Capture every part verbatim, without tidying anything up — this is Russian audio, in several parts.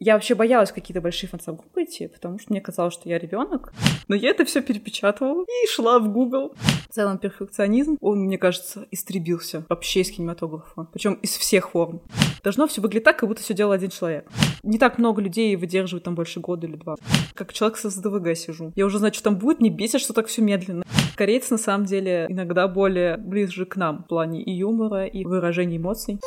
Я вообще боялась в какие-то большие фан-саб-группы идти, потому что мне казалось, что я ребенок. Но я это все перепечатывала и шла в Google. В целом перфекционизм, он, мне кажется, истребился вообще из кинематографа. Причем из всех форм. Должно все выглядеть так, как будто все делал один человек. Не так много людей выдерживают там больше года или два. Как человек с СДВГ сижу. Я уже знаю, что там будет, мне бесит, что так все медленно. Корейцы, на самом деле, иногда более ближе к нам в плане и юмора, и выражения эмоций.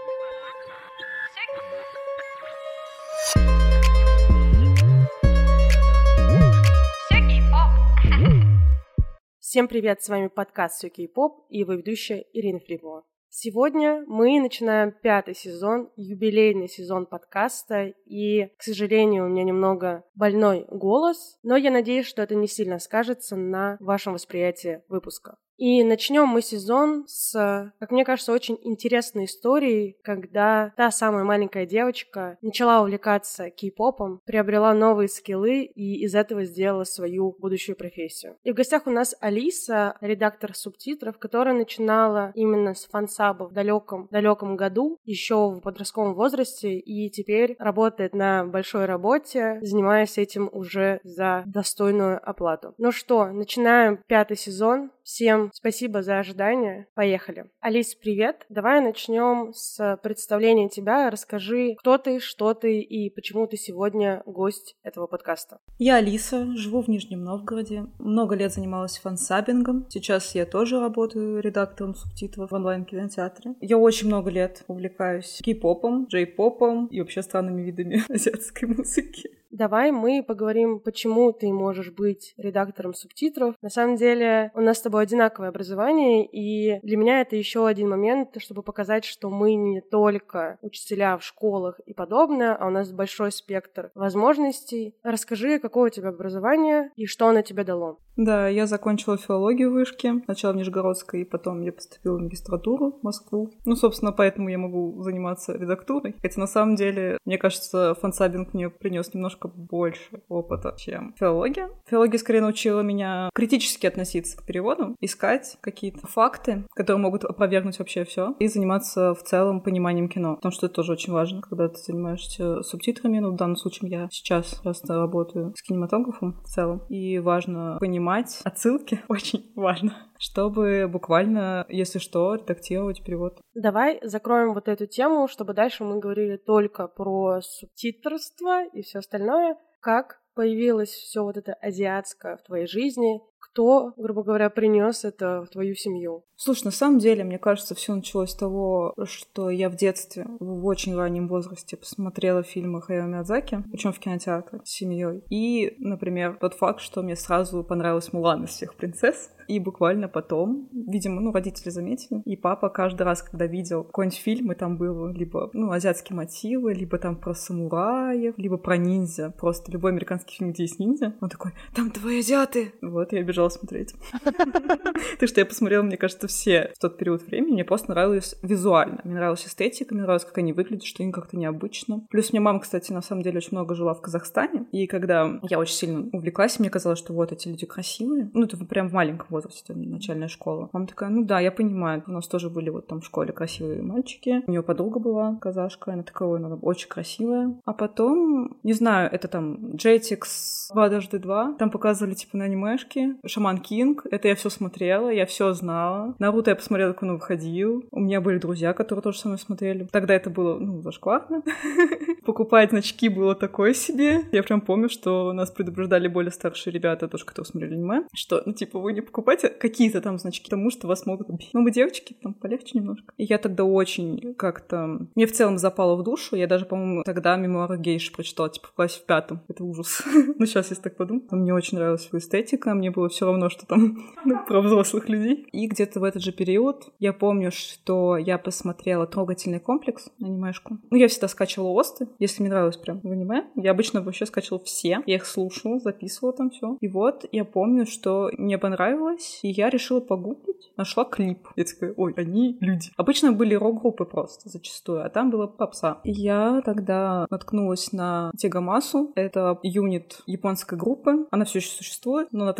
Всем привет, с вами подкаст «Все кей-поп» и его ведущая Ирина Фрибова. Сегодня мы начинаем пятый сезон, юбилейный сезон подкаста, и, к сожалению, у меня немного больной голос, но я надеюсь, что это не сильно скажется на вашем восприятии выпуска. И начнем мы сезон с, как мне кажется, очень интересной историей, когда та самая маленькая девочка начала увлекаться кей-попом, приобрела новые скиллы и из этого сделала свою будущую профессию. И в гостях у нас Алиса, редактор субтитров, которая начинала именно с фансаба в далеком-далеком году, еще в подростковом возрасте, и теперь работает на большой работе, занимаясь этим уже за достойную оплату. Ну что, начинаем пятый сезон. Всем спасибо за ожидание. Поехали. Алис, привет. Давай начнем с представления тебя. Расскажи, кто ты, что ты и почему ты сегодня гость этого подкаста. Я Алиса, живу в Нижнем Новгороде. Много лет занималась фансабингом. Сейчас я тоже работаю редактором субтитров в онлайн-кинотеатре. Я очень много лет увлекаюсь кей-попом, джей-попом и вообще странными видами азиатской музыки. Давай мы поговорим, почему ты можешь быть редактором субтитров. На самом деле у нас с тобой одинаковое образование, и для меня это еще один момент, чтобы показать, что мы не только учителя в школах и подобное, а у нас большой спектр возможностей. Расскажи, какое у тебя образование и что оно тебе дало. Да, я закончила филологию в Вышке, сначала в Нижегородской, и потом я поступила в магистратуру в Москву. Ну, собственно, поэтому я могу заниматься редактурой. Хотя, на самом деле, мне кажется, фансабинг мне принес немножко больше опыта, чем филология. Филология скорее научила меня критически относиться к переводу, искать какие-то факты, которые могут опровергнуть вообще все, и заниматься в целом пониманием кино. Потому что это тоже очень важно, когда ты занимаешься субтитрами. Ну, в данном случае я сейчас просто работаю с кинематографом в целом. И важно понимать отсылки, очень важно, чтобы буквально, если что, редактировать перевод. Давай закроем вот эту тему, чтобы дальше мы говорили только про субтитрство и все остальное. Как появилось все вот это азиатское в твоей жизни? Кто, грубо говоря, принес это в твою семью? Слушай, на самом деле, мне кажется, все началось с того, что я в детстве, в очень раннем возрасте, посмотрела фильмы Хаяо Миядзаки, причем в кинотеатре с семьей. И, например, тот факт, что мне сразу понравилась Мулан из всех принцесс. И буквально потом, видимо, ну, родители заметили. И папа каждый раз, когда видел какой-нибудь фильм, и там было либо, ну, азиатские мотивы, либо там про самураев, либо про ниндзя. Просто любой американский фильм, где есть ниндзя, он такой: там твои азиаты! Вот, я бежала смотреть. Так что я посмотрела, мне кажется, все в тот период времени. Мне просто нравилось визуально. Мне нравилась эстетика, мне нравилось, как они выглядят, что им как-то необычно. Плюс у меня мама, кстати, на самом деле очень много жила в Казахстане. И когда я очень сильно увлеклась, мне казалось, что вот эти люди красивые. Ну, это прям в маленьком возрасте, начальная школа. Мама такая: ну да, я понимаю. У нас тоже были вот там в школе красивые мальчики. У нее подруга была казашка. Она такая: ой, она очень красивая. А потом, не знаю, это там Jetix два дожды два. Там показывали типа на анимешки. Шаман Кинг. Это я все смотрела, я все знала. Наруто я посмотрела, как он выходил. У меня были друзья, которые тоже со мной смотрели. Тогда это было, ну, зашкварно. Покупать значки было такое себе. Я прям помню, что нас предупреждали более старшие ребята, тоже, которые смотрели аниме, что, ну, типа, вы не покупайте какие-то там значки, потому что вас могут убить. Ну, мы девочки, там полегче немножко. И я тогда очень как-то... Мне в целом запало в душу. Я даже, по-моему, тогда мемуары гейши прочитала, типа, в классе в пятом. Это ужас. Ну, сейчас, если так подумать. Мне очень нравилась его эстетика. Мне было все равно, что там про взрослых людей. И где-то в этот же период я помню, что я посмотрела «Трогательный комплекс», анимешку. Ну, я всегда скачивала осты, если мне нравилось прям в аниме. Я обычно вообще скачивала все. Я их слушала, записывала там все. И вот я помню, что мне понравилось, и я решила погуглить. Нашла клип. Я такая: ой, они люди. Обычно были рок-группы просто зачастую, а там была попса. И я тогда наткнулась на Тегамасу. Это юнит японской группы. Она все еще существует, но она такая, знаешь,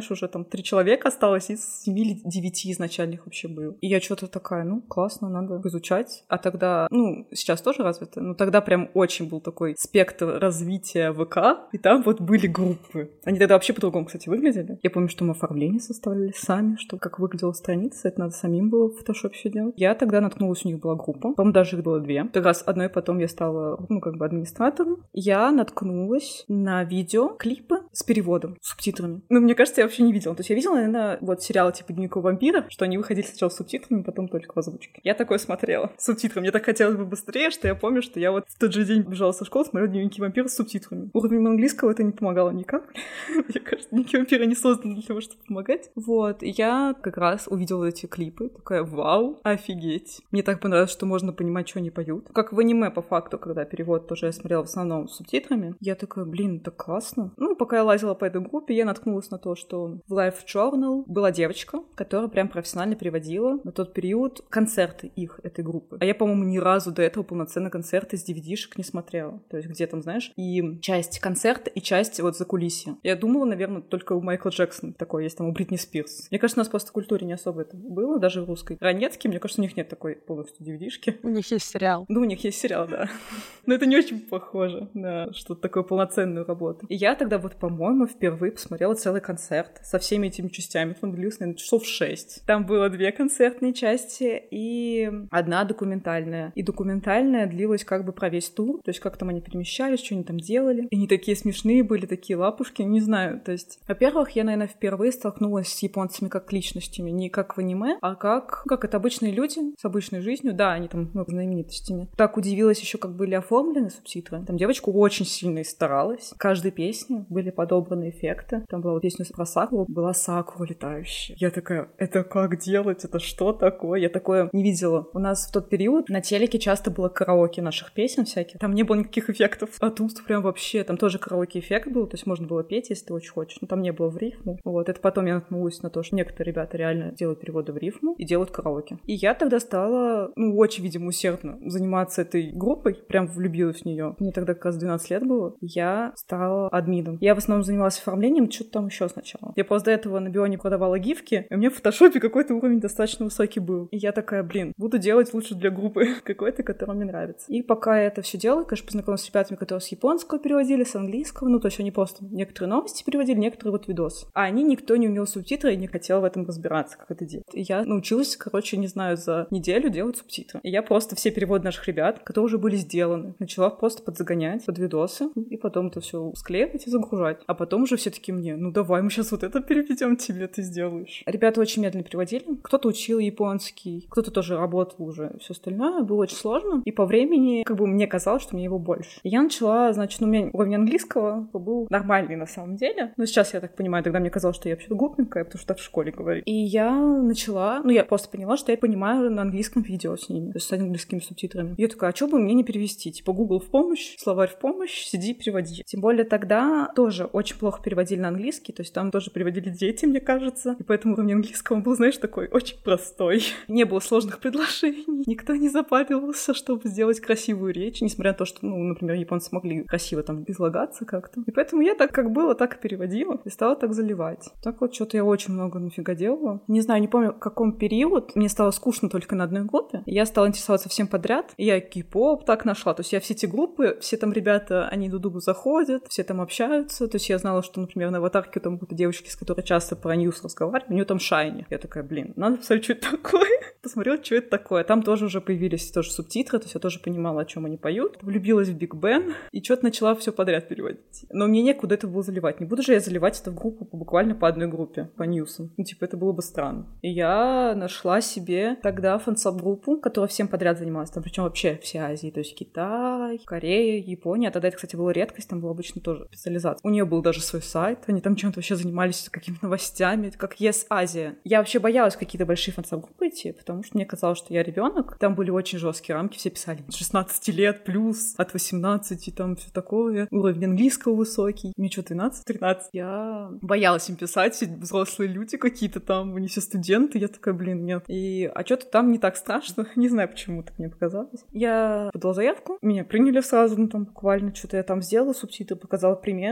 знаешь, уже там три человека осталось из семи или девяти изначальных вообще было. И я что-то такая, ну, классно, надо изучать. А тогда, ну, сейчас тоже развито, но тогда прям очень был такой спектр развития ВК, и там вот были группы. Они тогда вообще по-другому, кстати, выглядели. Я помню, что мы оформление составляли сами, что как выглядела страница, это надо самим было в фотошопе все делать. Я тогда наткнулась, у них была группа, по-моему, даже их было две. Как раз одной потом я стала, ну, как бы администратором. Я наткнулась на видео, клипы с переводом, с субтитрами. Ну, мне кажется, я вообще не видела. То есть я видела, наверное, вот сериалы типа «Дневник вампира», что они выходили сначала с субтитрами, потом только в озвучке. Я такое смотрела с субтитрами. Мне так хотелось бы быстрее, что я помню, что я вот в тот же день бежала со школы, смотрела «Дневники вампира» с субтитрами. Уровень английского это не помогало никак. Мне кажется, «Дневники вампира» не созданы для того, чтобы помогать. Вот. И я как раз увидела эти клипы. Такая, вау, офигеть. Мне так понравилось, что можно понимать, что они поют. Как в аниме, по факту, когда перевод тоже я смотрела в основном с субтитрами. Я такая, блин, так классно. Ну, пока я лазила по этой группе, я наткнулась на то, что в Life Journal была девочка, которая прям профессионально переводила на тот период концерты их, этой группы. А я, по-моему, ни разу до этого полноценно концерты с ди ви ди-шек не смотрела. То есть где там, знаешь, и часть концерта, и часть вот закулисья. Я думала, наверное, только у Майкла Джексона такое есть, там у Бритни Спирс. Мне кажется, у нас просто в культуре не особо это было, даже в русской. Ранетки, мне кажется, у них нет такой полностью ди ви ди-шки. У них есть сериал. Ну, у них есть сериал, да. Но это не очень похоже на что-то такое полноценную работу. И я тогда вот, по-моему, впервые посмотрела целый концерт со всеми этими частями. Он длился, наверное, часов шесть. Там было две концертные части и одна документальная. И документальная длилась как бы про весь тур. То есть как там они перемещались, что они там делали. И они такие смешные были, такие лапушки. Не знаю, то есть... Во-первых, я, наверное, впервые столкнулась с японцами как личностями. Не как в аниме, а как... Как это обычные люди с обычной жизнью. Да, они там, ну, знаменитостями. Так удивилась еще, как были оформлены субтитры. Там девочка очень сильно и старалась. В каждой песне были подобраны эффекты. Там была песня про Сакуру, была Сакура летающая. Я такая, это как делать? Это что такое? Я такое не видела. У нас в тот период на телеке часто было караоке наших песен всяких. Там не было никаких эффектов. А тут прям вообще, там тоже караоке-эффект был, то есть можно было петь, если ты очень хочешь. Но там не было в рифму. Вот, это потом я наткнулась на то, что некоторые ребята реально делают переводы в рифму и делают караоке. И я тогда стала, ну, очень, видимо, усердно заниматься этой группой. Прям влюбилась в нее. Мне тогда как раз двенадцать лет было. Я стала админом. Я в основном занималась оформлением, что-то там еще сначала. Я просто до этого на Бионе продавала гифки, и у меня в фотошопе какой-то уровень достаточно высокий был. И я такая, блин, буду делать лучше для группы какой-то, который мне нравится. И пока я это все делала, конечно, познакомилась с ребятами, которые с японского переводили, с английского. Ну, то есть они просто некоторые новости переводили, некоторые вот видосы. А они, никто не умел субтитры и не хотел в этом разбираться, как это делать. И я научилась, короче, не знаю, за неделю делать субтитры. И я просто все переводы наших ребят, которые уже были сделаны, начала просто подзагонять под видосы, и потом это все склеивать и загружать. А потом уже все таки мне, ну давай, мы сейчас вот это переведем, тебе ты сделаешь. Ребята очень медленно переводили. Кто-то учил японский, кто-то тоже работал уже. Все остальное было очень сложно. И по времени, как бы мне казалось, что мне его больше. И я начала, значит, ну, у меня уровень английского был нормальный на самом деле. Но сейчас, я так понимаю, тогда мне казалось, что я вообще глупенькая, потому что так в школе говорили. И я начала, ну, я просто поняла, что я понимаю на английском видео с ними, то есть с английскими субтитрами. И я такая, а что бы мне не перевести? Типа Google в помощь, словарь в помощь, сиди, переводи. Тем более тогда тоже очень плохо переводили на английский, то есть там тоже переводили дети, мне кажется. И поэтому уровень английского был, знаешь, такой очень простой. Не было сложных предложений, никто не запаривался, чтобы сделать красивую речь, несмотря на то, что, ну, например, японцы могли красиво там излагаться как-то. И поэтому я так, как было, так и переводила, и стала так заливать. Так вот, что-то я очень много нафига делала. Не знаю, не помню, в каком период. Мне стало скучно только на одной группе. И я стала интересоваться всем подряд. И я кей-поп так нашла. То есть я все эти группы, все там ребята, они друг другу заходят, все там общаются. То есть я знала, что, например, на аватарке там будут девочки, с которой часто про ньюс разговаривали, у нее там Шайни. Я такая, блин, надо посмотреть, что это такое. Посмотрела, что это такое. Там тоже уже появились тоже субтитры, то есть я тоже понимала, о чем они поют. Влюбилась в Биг Бен и что-то начала все подряд переводить. Но мне некуда это было заливать. Не буду же я заливать это в группу буквально по одной группе, по ньюсам. Ну, типа, это было бы странно. И я нашла себе тогда фансаб-группу, которая всем подряд занималась. Там причем вообще все Азии, то есть Китай, Корея, Япония. А тогда это, кстати, была редкость, там была обычно тоже специализация. У нее был даже свой сайт, они там чем-то вообще занимались, какими-то новостями, как Yes Азия. Я вообще боялась в какие-то большие фансаб-группы идти, потому что мне казалось, что я ребенок. Там были очень жесткие рамки, все писали от шестнадцати лет плюс, от восемнадцати, там все такое. Уровень английского высокий. Мне что, тринадцать-тринадцать? Я боялась им писать, все взрослые люди какие-то там, они все студенты. Я такая, блин, нет. И, а что-то там не так страшно. Не знаю, почему так мне показалось. Я подала заявку, меня приняли сразу, ну там буквально что-то я там сделала, субтитры, показала примеры, которые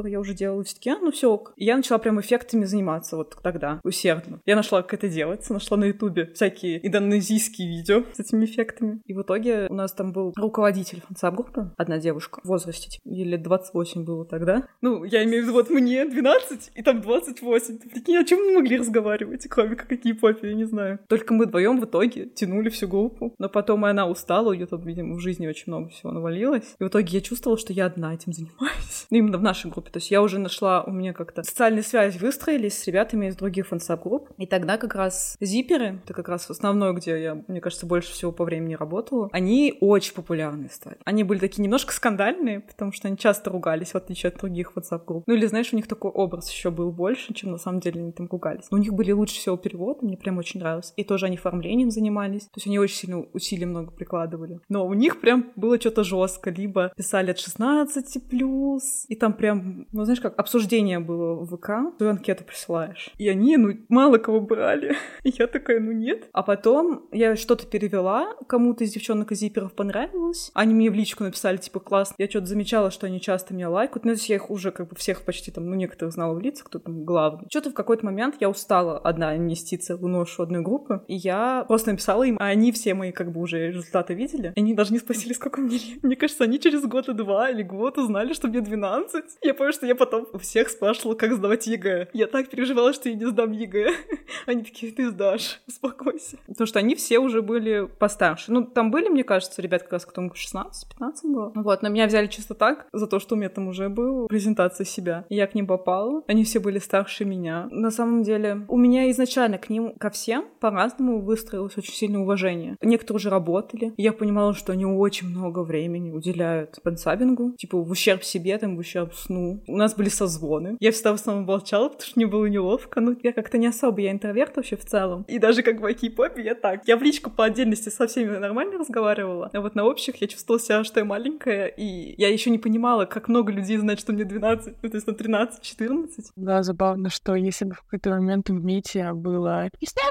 которые я уже делала, все таки, а, ну все ок. И я начала прям эффектами заниматься вот тогда, усердно. Я нашла, как это делать, нашла на ютубе всякие индонезийские видео с этими эффектами. И в итоге у нас там был руководитель фан-саб-группы, одна девушка в возрасте, типа, ей лет двадцать восемь было тогда. Ну, я имею в виду, вот мне двенадцать, и там двадцать восемь. Ты прикинь, о чем мы могли разговаривать, кроме как о кей-попе, я не знаю. Только мы вдвоем в итоге тянули всю группу. Но потом и она устала, у нее там, видимо, в жизни очень много всего навалилось. И в итоге я чувствовала, что я одна этим занимаюсь. Ну, именно в нашей группе. То есть я уже нашла, у меня как-то социальные связи выстроились с ребятами из других фан-саб-групп. И тогда как раз зиперы, это как раз основное, где я, мне кажется, больше всего по времени работала, они очень популярные стали. Они были такие немножко скандальные, потому что они часто ругались, в отличие от других WhatsApp-групп. Ну или, знаешь, у них такой образ еще был больше, чем на самом деле они там ругались. Но у них были лучше всего переводы, мне прям очень нравилось. И тоже они оформлением занимались. То есть они очень сильно усилий много прикладывали. Но у них прям было что-то жестко. Либо писали от шестнадцати плюс, и там прям, ну знаешь как, обсуждение было в ВК, ты анкету присылаешь. И они, ну, мало кого брали. И я такая, ну нет. А потом я что-то перевела, кому-то из девчонок из зиперов понравилось. Они мне в личку написали, типа, классно. Я что-то замечала, что они часто меня лайкают. Ну, то есть я их уже как бы всех почти там, ну, некоторых знала в лица, кто там главный. Что-то в какой-то момент я устала одна нести целую ношу одной группы, и я просто написала им, а они все мои как бы уже результаты видели. И они даже не спросили, сколько мне лет. Мне кажется, они через год и два или год узнали, что мне двенадцать. Я помню, что я потом у всех спрашивала, как сдавать ЕГЭ. Я так переживала, что я не сдам ЕГЭ. Они такие, ты сдашь, успокойся. Потому что они все уже были постарше. Ну, там были, мне кажется, ребят как раз, кто шестнадцать-пятнадцать было. Вот, но меня взяли чисто так, за то, что у меня там уже была презентация себя. И я к ним попала. Они все были старше меня. На самом деле, у меня изначально к ним, ко всем, по-разному выстроилось очень сильное уважение. Некоторые уже работали. И я понимала, что они очень много времени уделяют фансабингу. Типа, в ущерб себе, там, в ущерб сну. У нас были созвоны. Я всегда в основном молчала, потому что мне было неловко. Ну, я как-то не особо, я интроверт вообще в целом. И даже как бы о кей-попе я так. Я в личку по отдельности со всеми нормально разговаривала. А вот на общих я чувствовала себя, что я маленькая. И я еще не понимала, как много людей знает, что мне двенадцать. Ну, то есть, на тринадцать-четырнадцать. Да, забавно, что если бы в какой-то момент в МИТе было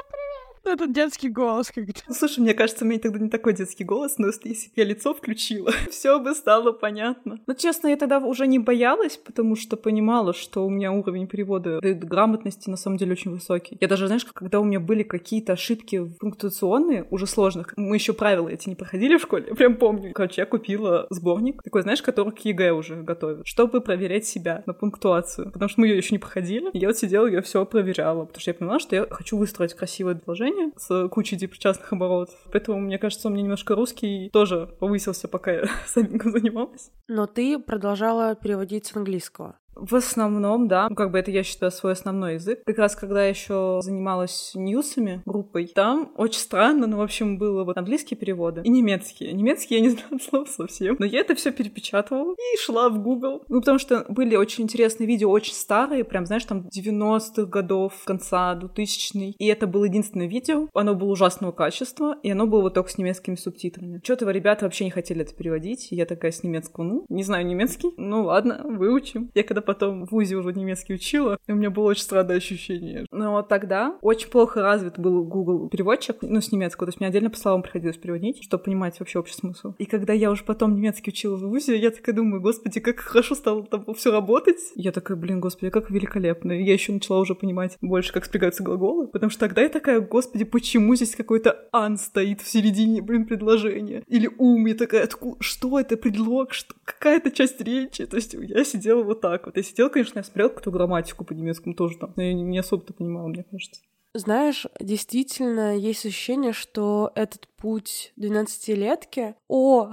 этот детский голос как-то. Ну, слушай, мне кажется, у меня тогда не такой детский голос, но если бы я лицо включила, все бы стало понятно. Но, честно, я тогда уже не боялась, потому что понимала, что у меня уровень перевода грамотности на самом деле очень высокий. Я даже, знаешь, когда у меня были какие-то ошибки пунктуационные, уже сложных, мы еще правила эти не проходили в школе, я прям помню. Короче, я купила сборник, такой, знаешь, который к ЕГЭ уже готовят, чтобы проверять себя на пунктуацию, потому что мы ее еще не проходили. И я вот сидела, я все проверяла, потому что я понимала, что я хочу выстроить красивое предложение с кучей частных оборотов. Поэтому, мне кажется, у меня немножко русский тоже повысился, пока я сабингом занималась. Но ты продолжала переводить с английского. В основном, да. Ну, как бы это, я считаю, свой основной язык. Как раз, когда я еще занималась ньюсами, группой, там очень странно, но, в общем, было вот английские переводы и немецкие. Немецкий я не знала слов совсем. Но я это все перепечатывала и шла в Google. Ну, потому что были очень интересные видео, очень старые, прям, знаешь, там девяностых годов, конца двухтысячных. И это было единственное видео. Оно было ужасного качества, и оно было вот только с немецкими субтитрами. Чё-то ребята вообще не хотели это переводить. И я такая с немецкого, ну, не знаю немецкий, ну ладно, выучим. Я когда потом в вузе уже немецкий учила, и у меня было очень странное ощущение. Но вот тогда очень плохо развит был Google переводчик, ну, с немецкого, то есть мне отдельно по словам приходилось переводить, чтобы понимать вообще общий смысл. И когда я уже потом немецкий учила в вузе, я такая думаю, господи, как хорошо стало там все работать. Я такая, блин, господи, как великолепно. И я еще начала уже понимать больше, как спрягаются глаголы, потому что тогда я такая, господи, почему здесь какой-то ан стоит в середине, блин, предложения? Или ум, я такая, откуда, что это, предлог, что, какая-то часть речи? То есть я сидела вот так вот. Я сидела, конечно, я смотрела какую-то грамматику по немецкому тоже там, но я не особо-то понимала, мне кажется. Знаешь, действительно, есть ощущение, что этот путь двенадцатилетки... О,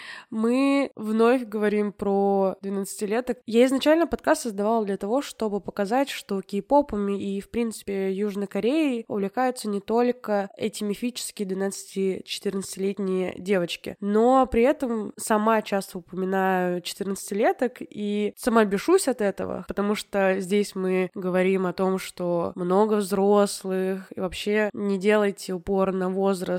мы вновь говорим про двенадцатилеток. Я изначально подкаст создавала для того, чтобы показать, что кей-попами и, в принципе, Южной Кореей увлекаются не только эти мифические двенадцати-четырнадцатилетние девочки, но при этом сама часто упоминаю четырнадцатилеток и сама бешусь от этого, потому что здесь мы говорим о том, что много взрослых, и вообще не делайте упор на возраст при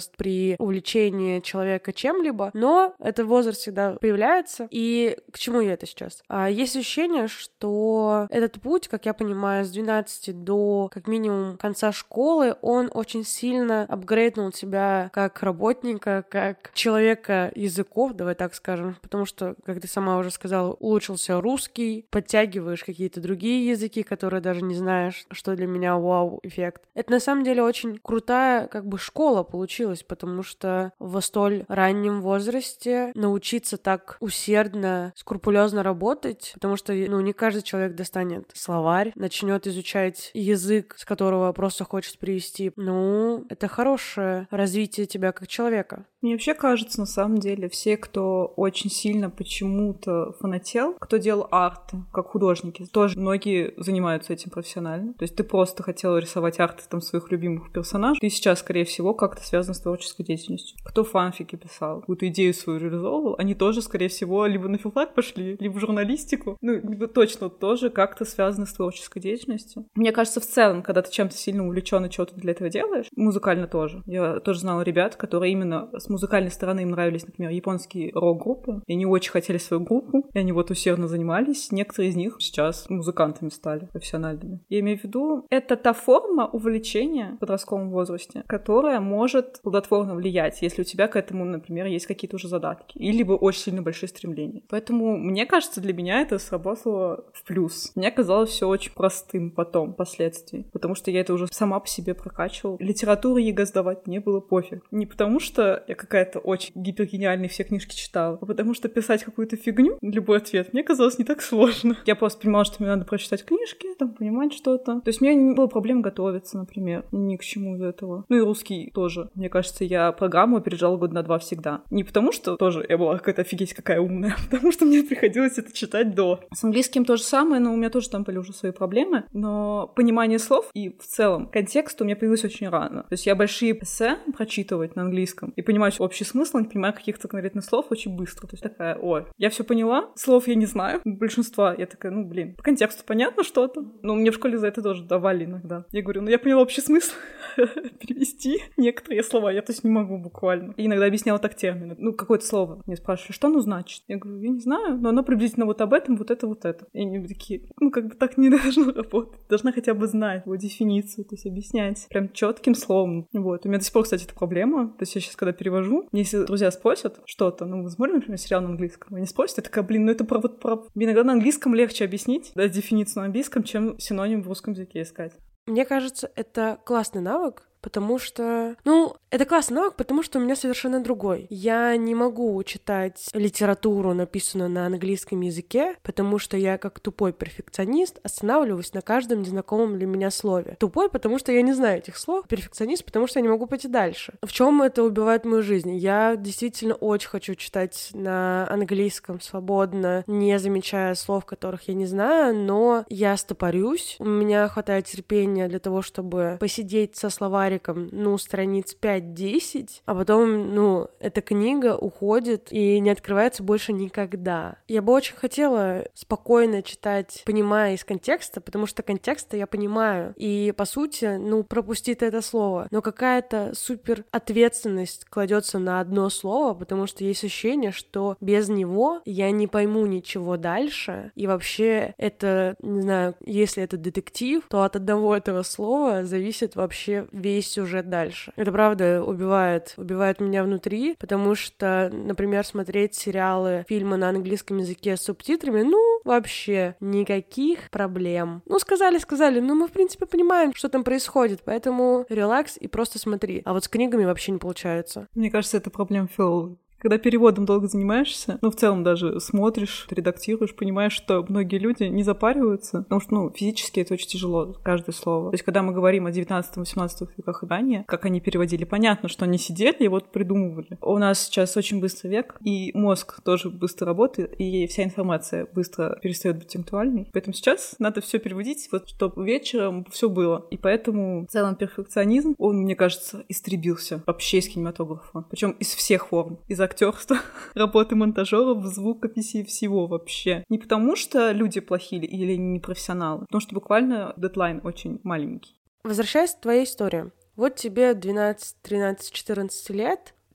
при увлечении человека чем-либо, но этот возраст всегда появляется. И к чему я это сейчас? А, есть ощущение, что этот путь, как я понимаю, с двенадцати до как минимум конца школы, он очень сильно апгрейднул тебя как работника, как человека языков, давай так скажем, потому что, как ты сама уже сказала, улучшился русский, подтягиваешь какие-то другие языки, которые даже не знаешь, что для меня вау-эффект. Это на самом деле очень крутая как бы школа получилась, потому что в столь раннем возрасте научиться так усердно, скрупулезно работать, потому что, ну, не каждый человек достанет словарь, начнет изучать язык, с которого просто хочет привести. Ну, это хорошее развитие тебя как человека. Мне вообще кажется, на самом деле, все, кто очень сильно почему-то фанател, кто делал арты, как художники, тоже многие занимаются этим профессионально. То есть ты просто хотела рисовать арты там своих любимых персонажей, ты сейчас, скорее всего, как-то связан с творческой деятельностью. Кто фанфики писал, какую-то идею свою реализовывал, они тоже, скорее всего, либо на филфак пошли, либо в журналистику, ну, либо точно тоже как-то связаны с творческой деятельностью. Мне кажется, в целом, когда ты чем-то сильно увлечен и что-то для этого делаешь, музыкально тоже. Я тоже знала ребят, которые именно с музыкальной стороны им нравились, например, японские рок-группы, и они очень хотели свою группу, и они вот усердно занимались. Некоторые из них сейчас музыкантами стали, профессиональными. Я имею в виду, это та форма увлечения в подростковом возрасте, которая может плодотворно влиять, если у тебя к этому, например, есть какие-то уже задатки, или либо очень сильно большие стремления. Поэтому, мне кажется, для меня это сработало в плюс. Мне казалось все очень простым потом, впоследствии, потому что я это уже сама по себе прокачивала. Литературу ЕГЭ сдавать мне было пофиг. Не потому что я какая-то очень гипергениальная, все книжки читала, а потому что писать какую-то фигню, любой ответ, мне казалось не так сложно. Я просто понимала, что мне надо прочитать книжки, там, понимать что-то. То есть у меня не было проблем готовиться, например, ни к чему из этого. Ну и русский тоже. Мне кажется, я программу опережала год на два всегда. Не потому что тоже я была какая-то офигеть какая умная, а потому что мне приходилось это читать до. С английским то же самое, но у меня тоже там были уже свои проблемы. Но понимание слов и в целом контекст у меня появилось очень рано. То есть я большие эссе прочитывать на английском и понимать общий смысл, не понимаю каких-то конкретных слов очень быстро. То есть такая, ой, я все поняла, слов я не знаю, большинства. Я такая, ну, блин, по контексту понятно что-то. Но мне в школе за это тоже давали иногда. Я говорю, ну, я поняла общий смысл. Перевести некоторые слова я то есть не могу буквально. И иногда объясняла так термины. Ну, какое-то слово. Мне спрашивали, что оно значит? Я говорю, я не знаю, но оно приблизительно вот об этом, вот это, вот это. И они такие, ну, как бы так не должно работать. Должна хотя бы знать его дефиницию, то есть объяснять прям четким словом. Вот. У меня до сих пор, кстати, это проблема. То есть я сейчас, когда перевожу, если друзья спросят что-то, ну, вы смотрите, например, сериал на английском, они спросят, я такая, блин, ну это про вот про... Мне иногда на английском легче объяснить, да, дефиницию на английском, чем синоним в русском языке искать. Мне кажется, это классный навык, потому что... Ну, это классный навык, потому что у меня совершенно другой. Я не могу читать литературу, написанную на английском языке, потому что я, как тупой перфекционист, останавливаюсь на каждом незнакомом для меня слове. Тупой, потому что я не знаю этих слов, перфекционист, потому что я не могу пойти дальше. В чем это убивает мою жизнь? Я действительно очень хочу читать на английском свободно, не замечая слов, которых я не знаю, но я стопорюсь. У меня хватает терпения для того, чтобы посидеть со словарем, ну, страниц пять-десять, а потом, ну, эта книга уходит и не открывается больше никогда. Я бы очень хотела спокойно читать, понимая из контекста, потому что контекста я понимаю. И, по сути, ну, пропустить это слово. Но какая-то супер ответственность кладется на одно слово, потому что есть ощущение, что без него я не пойму ничего дальше. И вообще это, не знаю, если это детектив, то от одного этого слова зависит вообще весь сюжет дальше. Это правда убивает, убивает меня внутри, потому что, например, смотреть сериалы, фильмы на английском языке с субтитрами, ну, вообще никаких проблем. Ну, сказали, сказали, ну, мы, в принципе, понимаем, что там происходит, поэтому релакс и просто смотри. А вот с книгами вообще не получается. Мне кажется, это проблема филологов. Когда переводом долго занимаешься, ну, в целом даже смотришь, редактируешь, понимаешь, что многие люди не запариваются, потому что, ну, физически это очень тяжело, каждое слово. То есть, когда мы говорим о девятнадцатом-восемнадцатом веках ранее, как они переводили, понятно, что они сидели и вот придумывали. У нас сейчас очень быстрый век, и мозг тоже быстро работает, и вся информация быстро перестает быть актуальной. Поэтому сейчас надо все переводить, вот, чтобы вечером все было. И поэтому в целом перфекционизм, он, мне кажется, истребился вообще из кинематографа. Причем из всех форм. Из актерства, работы монтажеров, звукописи, всего вообще. Не потому, что люди плохие или не профессионалы, потому что буквально дедлайн очень маленький. Возвращаясь к твоей истории. Вот тебе двенадцать, тринадцать, четырнадцать лет,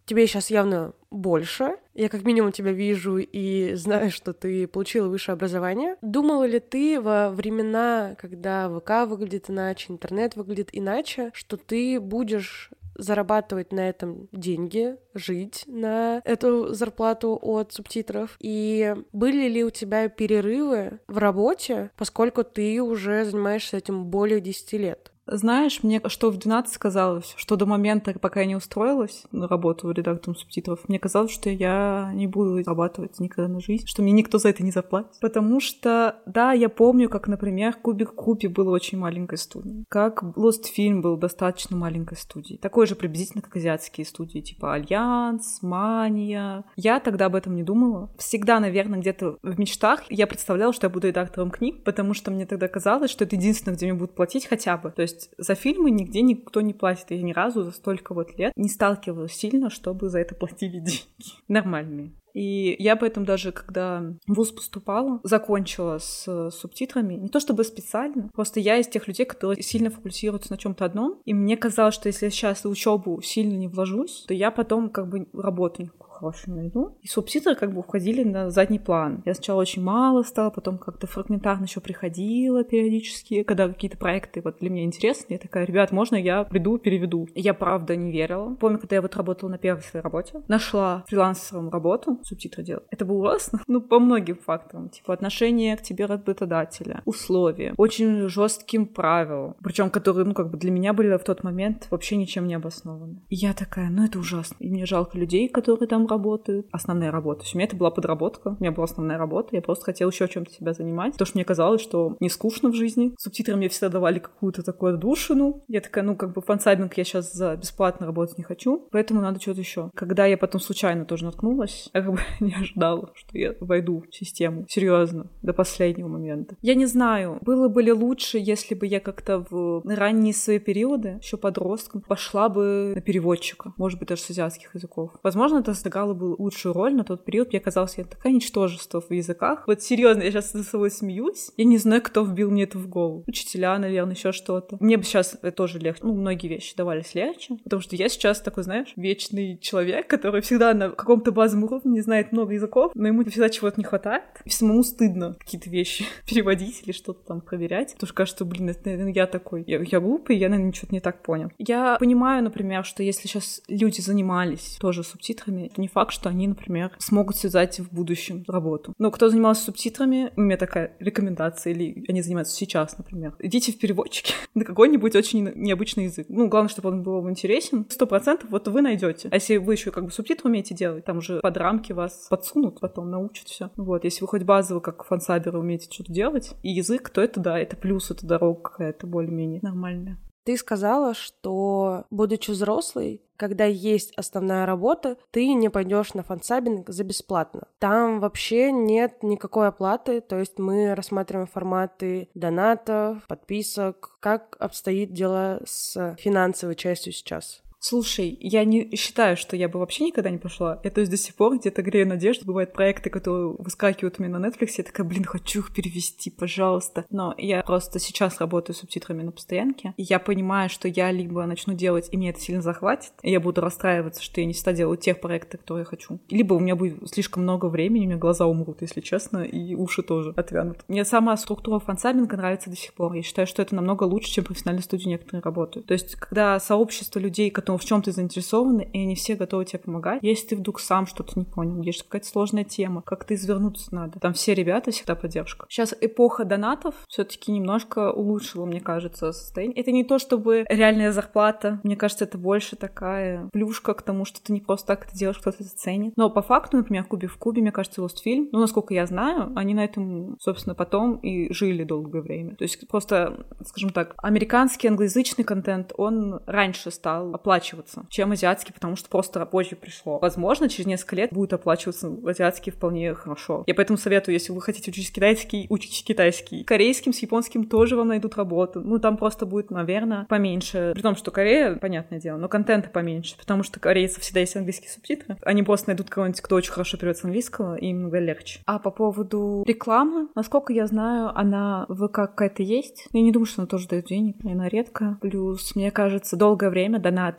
Тебе сейчас явно больше. Я как минимум тебя вижу и знаю, что ты получила высшее образование. Думала ли ты во времена, когда ВК выглядит иначе, интернет выглядит иначе, что ты будешь зарабатывать на этом деньги, жить на эту зарплату от субтитров? И были ли у тебя перерывы в работе, поскольку ты уже занимаешься этим более десяти лет? Знаешь, мне что в двенадцать казалось, что до момента, пока я не устроилась на работу редактором субтитров, мне казалось, что я не буду зарабатывать никогда на жизнь, что мне никто за это не заплатит. Потому что, да, я помню, как, например, Кубик Купи был очень маленькой студией, как Lost Film был достаточно маленькой студией, такой же приблизительно, как азиатские студии, типа Альянс, Мания. Я тогда об этом не думала. Всегда, наверное, где-то в мечтах я представляла, что я буду редактором книг, потому что мне тогда казалось, что это единственное, где мне будут платить хотя бы. То есть за фильмы нигде никто не платит. Я ни разу за столько вот лет не сталкивалась сильно, чтобы за это платили деньги. Нормальные. И я поэтому даже, когда в вуз поступала, закончила с субтитрами, не то чтобы специально, просто я из тех людей, которые сильно фокусируются на чем-то одном, и мне казалось, что если я сейчас в учебу сильно не вложусь, то я потом как бы работу никакую хорошую найду. И субтитры как бы уходили на задний план. Я сначала очень мало стала, потом как-то фрагментарно еще приходила периодически, когда какие-то проекты вот для меня интересные. Я такая: ребят, можно я приду, переведу? И я правда не верила. Помню, когда я вот работала на первой своей работе, нашла фрилансером работу, субтитры делать. Это было ужасно, ну, по многим факторам. Типа отношение к тебе работодателя, условия, очень жестким правилам, причем которые, ну, как бы для меня были в тот момент вообще ничем не обоснованы. И я такая: ну, это ужасно. И мне жалко людей, которые там работают. Основная работа. У меня это была подработка, у меня была основная работа, я просто хотела еще чем-то себя занимать, потому что мне казалось, что не скучно в жизни. Субтитры мне всегда давали какую-то такую отдушину. Я такая: ну, как бы фансайбинг я сейчас за бесплатно работать не хочу, поэтому надо что-то еще. Когда я потом случайно тоже наткнулась, я как бы не ожидала, что я войду в систему. Серьезно, до последнего момента. Я не знаю, было бы ли лучше, если бы я как-то в ранние свои периоды, еще подростком, пошла бы на переводчика, может быть, даже с азиатских языков. Возможно, это сыграло бы лучшую роль на тот период. Мне казалось, я такая ничтожество в языках. Вот серьезно, я сейчас за собой смеюсь. Я не знаю, кто вбил мне это в голову. Учителя, наверное, еще что-то. Мне бы сейчас тоже легче. Ну, многие вещи давались легче, потому что я сейчас такой, знаешь, вечный человек, который всегда на каком-то базовом уровне знает много языков, но ему всегда чего-то не хватает. И самому стыдно какие-то вещи переводить или что-то там проверять. Потому что кажется, блин, это, наверное, я такой. Я, я глупый, я, наверное, что-то не так понял. Я понимаю, например, что если сейчас люди занимались тоже субтитрами, это не факт, что они, например, смогут связать в будущем работу. Но кто занимался субтитрами, у меня такая рекомендация, или они занимаются сейчас, например, идите в переводчики на какой-нибудь очень необычный язык. Ну, главное, чтобы он был вам интересен. Сто процентов вот вы найдете. А если вы еще как бы субтитры умеете делать, там уже под рамки вас подсунут, потом научат все. Вот, если вы хоть базово, как фансайберы, умеете что-то делать, и язык, то это да, это плюс, это дорога какая-то более-менее нормальная. Ты сказала, что, будучи взрослой, когда есть основная работа, ты не пойдешь на фансайбинг за бесплатно. Там вообще нет никакой оплаты, то есть мы рассматриваем форматы донатов, подписок. Как обстоит дело с финансовой частью сейчас? Слушай, я не считаю, что я бы вообще никогда не пошла. Я то есть до сих пор где-то грею надежду. Бывают проекты, которые выскакивают у меня на Netflix. Я такая: блин, хочу их перевести, пожалуйста. Но я просто сейчас работаю с субтитрами на постоянке. И я понимаю, что я либо начну делать, и мне это сильно захватит, и я буду расстраиваться, что я не всегда делаю тех проектов, которые я хочу. Либо у меня будет слишком много времени, у меня глаза умрут, если честно, и уши тоже отвянут. Мне сама структура фансайбинга нравится до сих пор. Я считаю, что это намного лучше, чем профессиональные студии некоторые работают. То есть, когда сообщество людей, которые в чем-то заинтересованы, и они все готовы тебе помогать. Если ты вдруг сам что-то не понял, есть какая-то сложная тема, как-то извернуться надо. Там все ребята, всегда поддержка. Сейчас эпоха донатов все-таки немножко улучшила, мне кажется, состояние. Это не то, чтобы реальная зарплата. Мне кажется, это больше такая плюшка к тому, что ты не просто так это делаешь, кто-то это ценит. Но по факту, например, Кубик в Кубе, мне кажется, Lost Film, ну, насколько я знаю, они на этом, собственно, потом и жили долгое время. То есть просто, скажем так, американский англоязычный контент, он раньше стал оплачиваться, чем азиатский, потому что просто позже пришло. Возможно, через несколько лет будет оплачиваться азиатский вполне хорошо. Я поэтому советую, если вы хотите учить китайский, учите китайский. Корейским с японским тоже вам найдут работу. Ну, там просто будет, наверное, поменьше. При том, что Корея, понятное дело, но контента поменьше, потому что корейцев всегда есть английские субтитры. Они просто найдут кого-нибудь, кто очень хорошо переводит с английского, и им много легче. А по поводу рекламы, насколько я знаю, она в ВК какая-то есть. Я не думаю, что она тоже дает денег, она редко. Плюс, мне кажется, долгое время донаты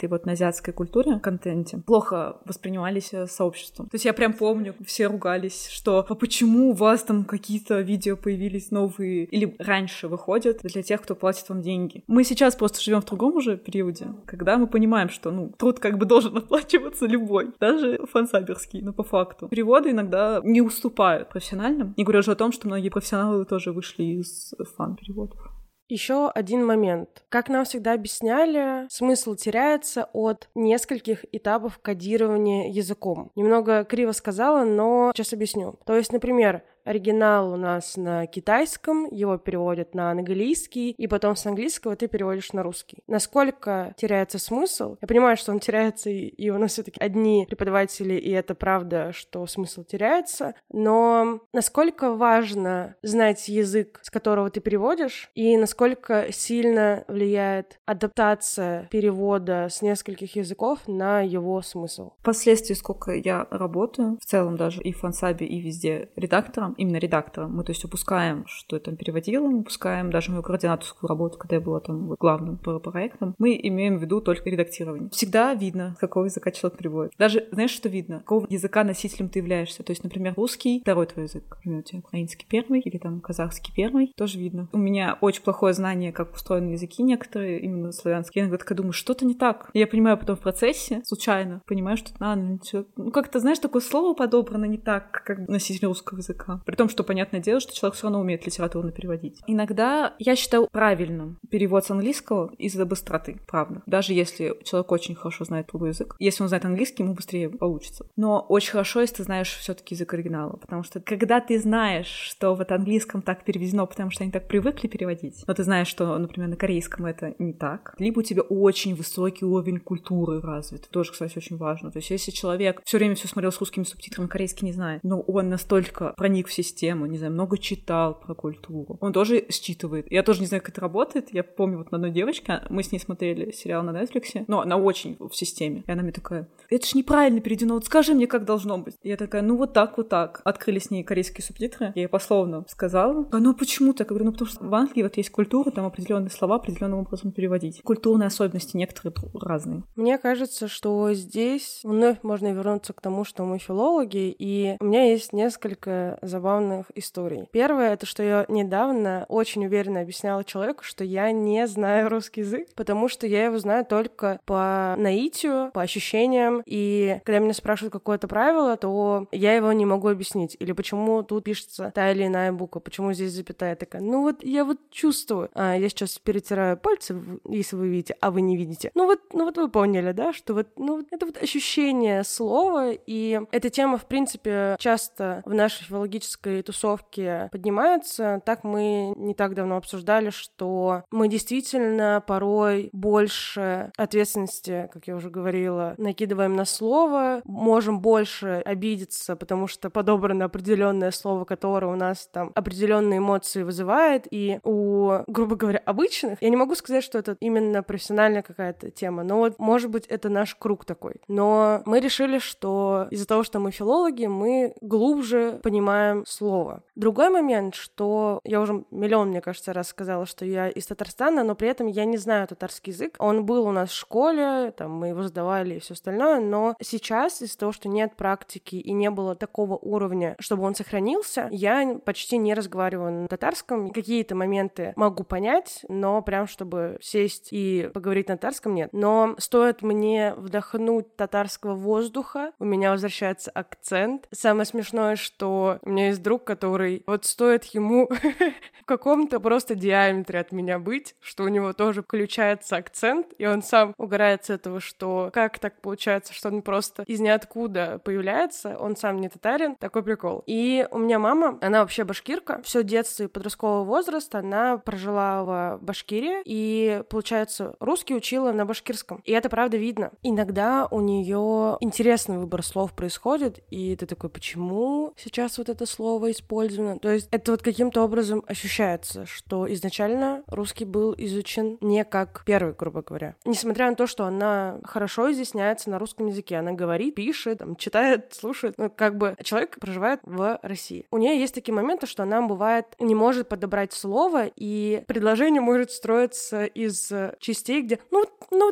этой вот на азиатской культуре, контенте, плохо воспринимались сообществом. То есть я прям помню, все ругались, что «а почему у вас там какие-то видео появились новые или раньше выходят для тех, кто платит вам деньги?» Мы сейчас просто живем в другом уже периоде, когда мы понимаем, что, ну, труд как бы должен оплачиваться любой, даже фансаберский, но по факту. Переводы иногда не уступают профессиональным. Не говоря уже о том, что многие профессионалы тоже вышли из фан-переводов. Еще один момент. Как нам всегда объясняли, смысл теряется от нескольких этапов кодирования языком. Немного криво сказала, но сейчас объясню. То есть, например, оригинал у нас на китайском, его переводят на английский, и потом с английского ты переводишь на русский. Насколько теряется смысл? Я понимаю, что он теряется, и у нас все-таки одни преподаватели, и это правда, что смысл теряется, но насколько важно знать язык, с которого ты переводишь, и насколько сильно влияет адаптация перевода с нескольких языков на его смысл? Впоследствии, сколько я работаю, в целом даже и в фансабе, и везде редактором, именно редактором. Мы, то есть, упускаем, что я там переводила, мы упускаем даже мою координаторскую работу, когда я была там вот, главным по проектам. Мы имеем в виду только редактирование. Всегда видно, с какого языка человек переводит. Даже, знаешь, что видно? Какого языка носителем ты являешься. То есть, например, русский — второй твой язык. Например, у тебя украинский первый или там казахский первый. Тоже видно. У меня очень плохое знание, как устроены языки некоторые, именно славянские. Я иногда думаю, что-то не так. И я понимаю потом в процессе, случайно, понимаю, что а, ну, ну как-то, знаешь, такое слово подобрано не так, как носитель русского языка. При том, что, понятное дело, что человек все равно умеет литературно переводить. Иногда я считаю правильным перевод с английского из-за быстроты, правда. Даже если человек очень хорошо знает другой язык. Если он знает английский, ему быстрее получится. Но очень хорошо, если ты знаешь все-таки язык оригинала. Потому что когда ты знаешь, что вот английском так переведено, потому что они так привыкли переводить, но ты знаешь, что, например, на корейском это не так, либо у тебя очень высокий уровень культуры развит. Тоже, кстати, очень важно. То есть если человек все время все смотрел с русскими субтитрами, корейский не знает, но он настолько проник в систему, не знаю, много читал про культуру. Он тоже считывает. Я тоже не знаю, как это работает. Я помню вот на одной девочке, мы с ней смотрели сериал на Netflix, но она очень в системе. И она мне такая: это ж неправильно переведено, вот скажи мне, как должно быть. И я такая: ну вот так, вот так. Открыли с ней корейские субтитры. Я ей пословно сказала: а ну почему так? Я говорю: ну потому что в Англии вот есть культура, там определенные слова определенным образом переводить. Культурные особенности некоторые разные. Мне кажется, что здесь вновь можно вернуться к тому, что мы филологи, и у меня есть несколько забавных историй. Первое — это что я недавно очень уверенно объясняла человеку, что я не знаю русский язык, потому что я его знаю только по наитию, по ощущениям, и когда меня спрашивают какое-то правило, то я его не могу объяснить. Или почему тут пишется та или иная буква, почему здесь запятая такая. Ну вот я вот чувствую. А, я сейчас перетираю пальцы, если вы видите, а вы не видите. Ну вот, ну вот вы поняли, да, что вот, ну вот это вот ощущение слова, и эта тема, в принципе, часто в нашей филологической тусовке поднимается. Так мы не так давно обсуждали, что мы действительно порой больше ответственности, как я уже говорила, накидываем на слово, можем больше обидеться, потому что подобрано определенное слово, которое у нас там определенные эмоции вызывает, и у, грубо говоря, обычных, я не могу сказать, что это именно профессиональная какая-то тема, но вот, может быть, это наш круг такой. Но мы решили, что из-за того, что мы филологи, мы глубже понимаем слово. Другой момент, что я уже миллион, мне кажется, раз сказала, что я из Татарстана, но при этом я не знаю татарский язык. Он был у нас в школе, там мы его сдавали и все остальное, но сейчас из-за того, что нет практики и не было такого уровня, чтобы он сохранился, я почти не разговариваю на татарском. Какие-то моменты могу понять, но прям чтобы сесть и поговорить на татарском, нет. Но стоит мне вдохнуть татарского воздуха, у меня возвращается акцент. Самое смешное, что у меня есть друг, который вот стоит ему в каком-то просто диаметре от меня быть, что у него тоже включается акцент, и он сам угорает с этого, что как так получается, что он просто из ниоткуда появляется, он сам не татарин, такой прикол. И у меня мама, она вообще башкирка, все детство и подростковый возраст она прожила в Башкирии, и, получается, русский учила на башкирском. И это правда видно. Иногда у нее интересный выбор слов происходит, и ты такой: почему сейчас вот это слово использовано? То есть это вот каким-то образом ощущается, что изначально русский был изучен не как первый, грубо говоря. Несмотря на то, что она хорошо изъясняется на русском языке, она говорит, пишет, там, читает, слушает, ну, как бы человек проживает в России. У нее есть такие моменты, что она, бывает, не может подобрать слово, и предложение может строиться из частей, где, ну, ну,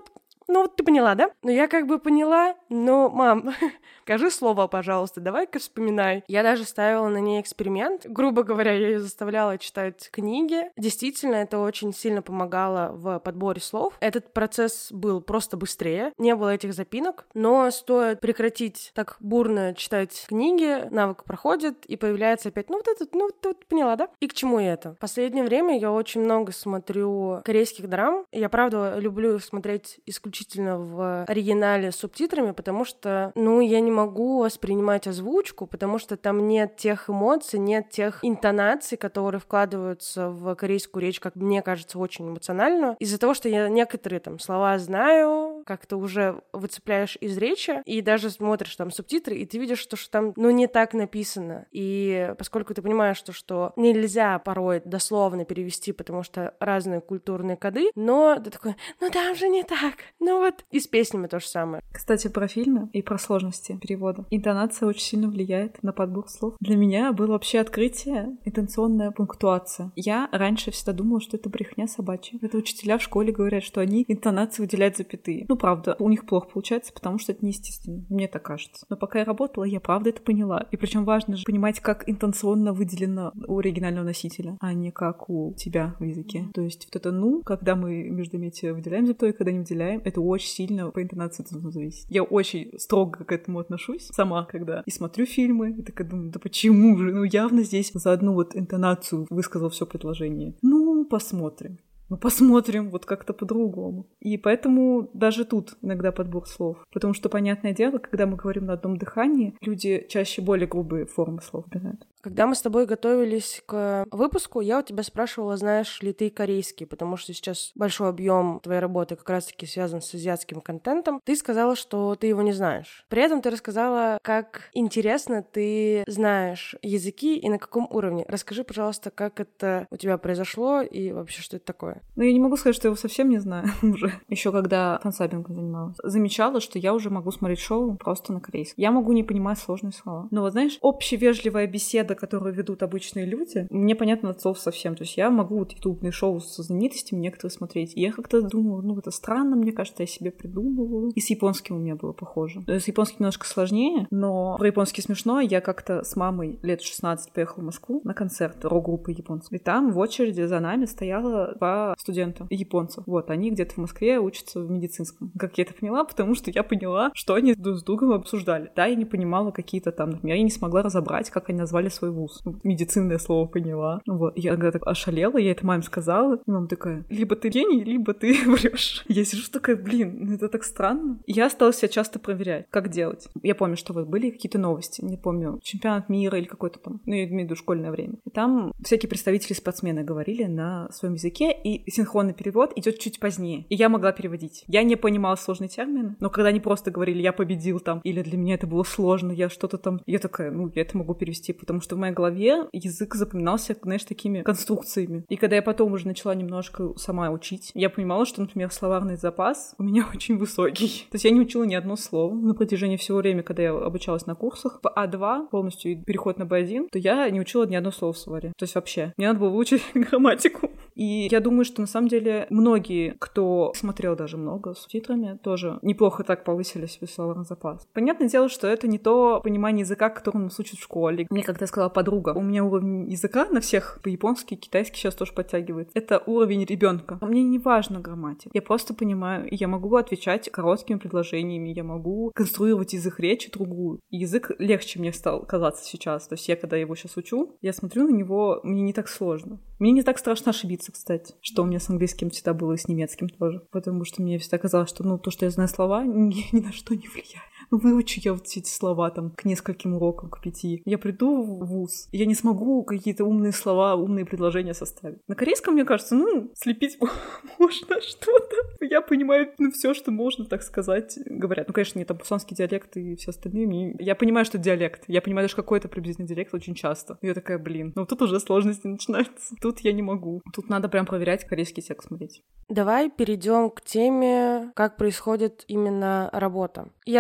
Ну вот ты поняла, да? Ну я как бы поняла, но, мам, скажи слово, пожалуйста, давай-ка вспоминай. Я даже ставила на ней эксперимент. Грубо говоря, я ее заставляла читать книги. Действительно, это очень сильно помогало в подборе слов. Этот процесс был просто быстрее, не было этих запинок, но стоит прекратить так бурно читать книги, навык проходит, и появляется опять, ну вот этот, ну ты вот поняла, да? И к чему это? В последнее время я очень много смотрю корейских драм. Я, правда, люблю их смотреть исключительно в оригинале с субтитрами, потому что, ну, я не могу воспринимать озвучку, потому что там нет тех эмоций, нет тех интонаций, которые вкладываются в корейскую речь, как мне кажется, очень эмоционально. Из-за того, что я некоторые там слова знаю, как-то уже выцепляешь из речи, и даже смотришь там субтитры, и ты видишь, что, что там, ну, не так написано. И поскольку ты понимаешь, что, что нельзя порой дословно перевести, потому что разные культурные коды, но ты такой, ну, там же не так. Ну вот, и с песнями то же самое. Кстати, про фильмы и про сложности перевода. Интонация очень сильно влияет на подбор слов. Для меня было вообще открытие интонационная пунктуация. Я раньше всегда думала, что это брехня собачья. Это учителя в школе говорят, что они интонации выделяют запятые. Ну, правда, у них плохо получается, потому что это неестественно. Мне так кажется. Но пока я работала, я правда это поняла. И причем важно же понимать, как интонационно выделено у оригинального носителя, а не как у тебя в языке. То есть вот это «ну», когда мы между мети выделяем запятой, когда не выделяем, это очень сильно по интонации зависит. Я очень строго к этому отношусь сама, когда и смотрю фильмы, и такая думаю, да почему же? Ну, явно здесь за одну вот интонацию высказал все предложение. Ну, посмотрим. Ну, посмотрим, вот как-то по-другому. И поэтому даже тут иногда подбор слов. Потому что, понятное дело, когда мы говорим на одном дыхании, люди чаще более грубые формы слов берут. Когда мы с тобой готовились к выпуску, я у тебя спрашивала, знаешь ли ты корейский, потому что сейчас большой объем твоей работы как раз-таки связан с азиатским контентом. Ты сказала, что ты его не знаешь. При этом ты рассказала, как интересно ты знаешь языки и на каком уровне. Расскажи, пожалуйста, как это у тебя произошло и вообще, что это такое? Ну, я не могу сказать, что я его совсем не знаю уже. Еще когда фансабингом занималась. Замечала, что я уже могу смотреть шоу просто на корейском. Я могу не понимать сложные слова. Но вот знаешь, общевежливая беседа, которую ведут обычные люди, мне понятно от слов совсем. То есть я могу вот ютубные шоу со знаменитостями некоторые смотреть. И я как-то думала, ну, это странно, мне кажется, я себе придумываю. И с японским у меня было похоже. То есть с японским немножко сложнее, но про японский смешно. Я как-то с мамой лет шестнадцать поехала в Москву на концерт рок-группы японцев. И там в очереди за нами стояло два студента японцев. Вот, они где-то в Москве учатся в медицинском. Как я это поняла? Потому что я поняла, что они друг с другом обсуждали. Да, я не понимала какие-то там, например, я не смогла разобрать, как они назвали свой вуз. Медицинное слово поняла. Вот, я когда так ошалела, я это маме сказала, и мама такая, либо ты гений, либо ты врешь. Я сижу такая, блин, это так странно. И я стала себя часто проверять, как делать. Я помню, что вот были какие-то новости, не помню, чемпионат мира или какой-то там, ну, я имею в виду школьное время. И там всякие представители спортсмены говорили на своем языке, и синхронный перевод идет чуть позднее. И я могла переводить. Я не понимала сложные термины, но когда они просто говорили, я победил там, или для меня это было сложно, я что-то там, я такая, ну, я это могу перевести, потому что в моей голове язык запоминался, знаешь, такими конструкциями. И когда я потом уже начала немножко сама учить, я понимала, что, например, словарный запас у меня очень высокий. То есть я не учила ни одно слово на протяжении всего времени, когда я обучалась на курсах. По А два полностью и переход на Бэ один, то я не учила ни одно слово в словаре. То есть вообще. Мне надо было выучить грамматику. И я думаю, что на самом деле многие, кто смотрел даже много с субтитрами, тоже неплохо так повысили свой словарный запас. Понятное дело, что это не то понимание языка, которому нас учат в школе. Мне как-то сказала подруга, у меня уровень языка на всех по-японски, китайский сейчас тоже подтягивается. Это уровень ребенка. А мне не важно грамматика. Я просто понимаю, и я могу отвечать короткими предложениями, я могу конструировать язык речи другую. И язык легче мне стал казаться сейчас. То есть я, когда его сейчас учу, я смотрю на него, мне не так сложно. Мне не так страшно ошибиться, кстати, что у меня с английским всегда было и с немецким тоже. Потому что мне всегда казалось, что ну, то, что я знаю слова, ни, ни на что не влияет. Выучу я вот эти слова там к нескольким урокам, к пяти. Я приду в вуз, я не смогу какие-то умные слова, умные предложения составить. На корейском, мне кажется, ну, слепить можно что-то. Я понимаю, ну, все, что можно, так сказать, говорят. Ну, конечно, нет, там пусанский диалект и все остальные. Я понимаю, что это диалект. Я понимаю, даже какой-то приблизительный диалект очень часто. И я такая, блин, ну тут уже сложности начинаются. Тут я не могу. Тут надо прям проверять корейский текст смотреть. Давай перейдем к теме, как происходит именно работа. Я расскажу, как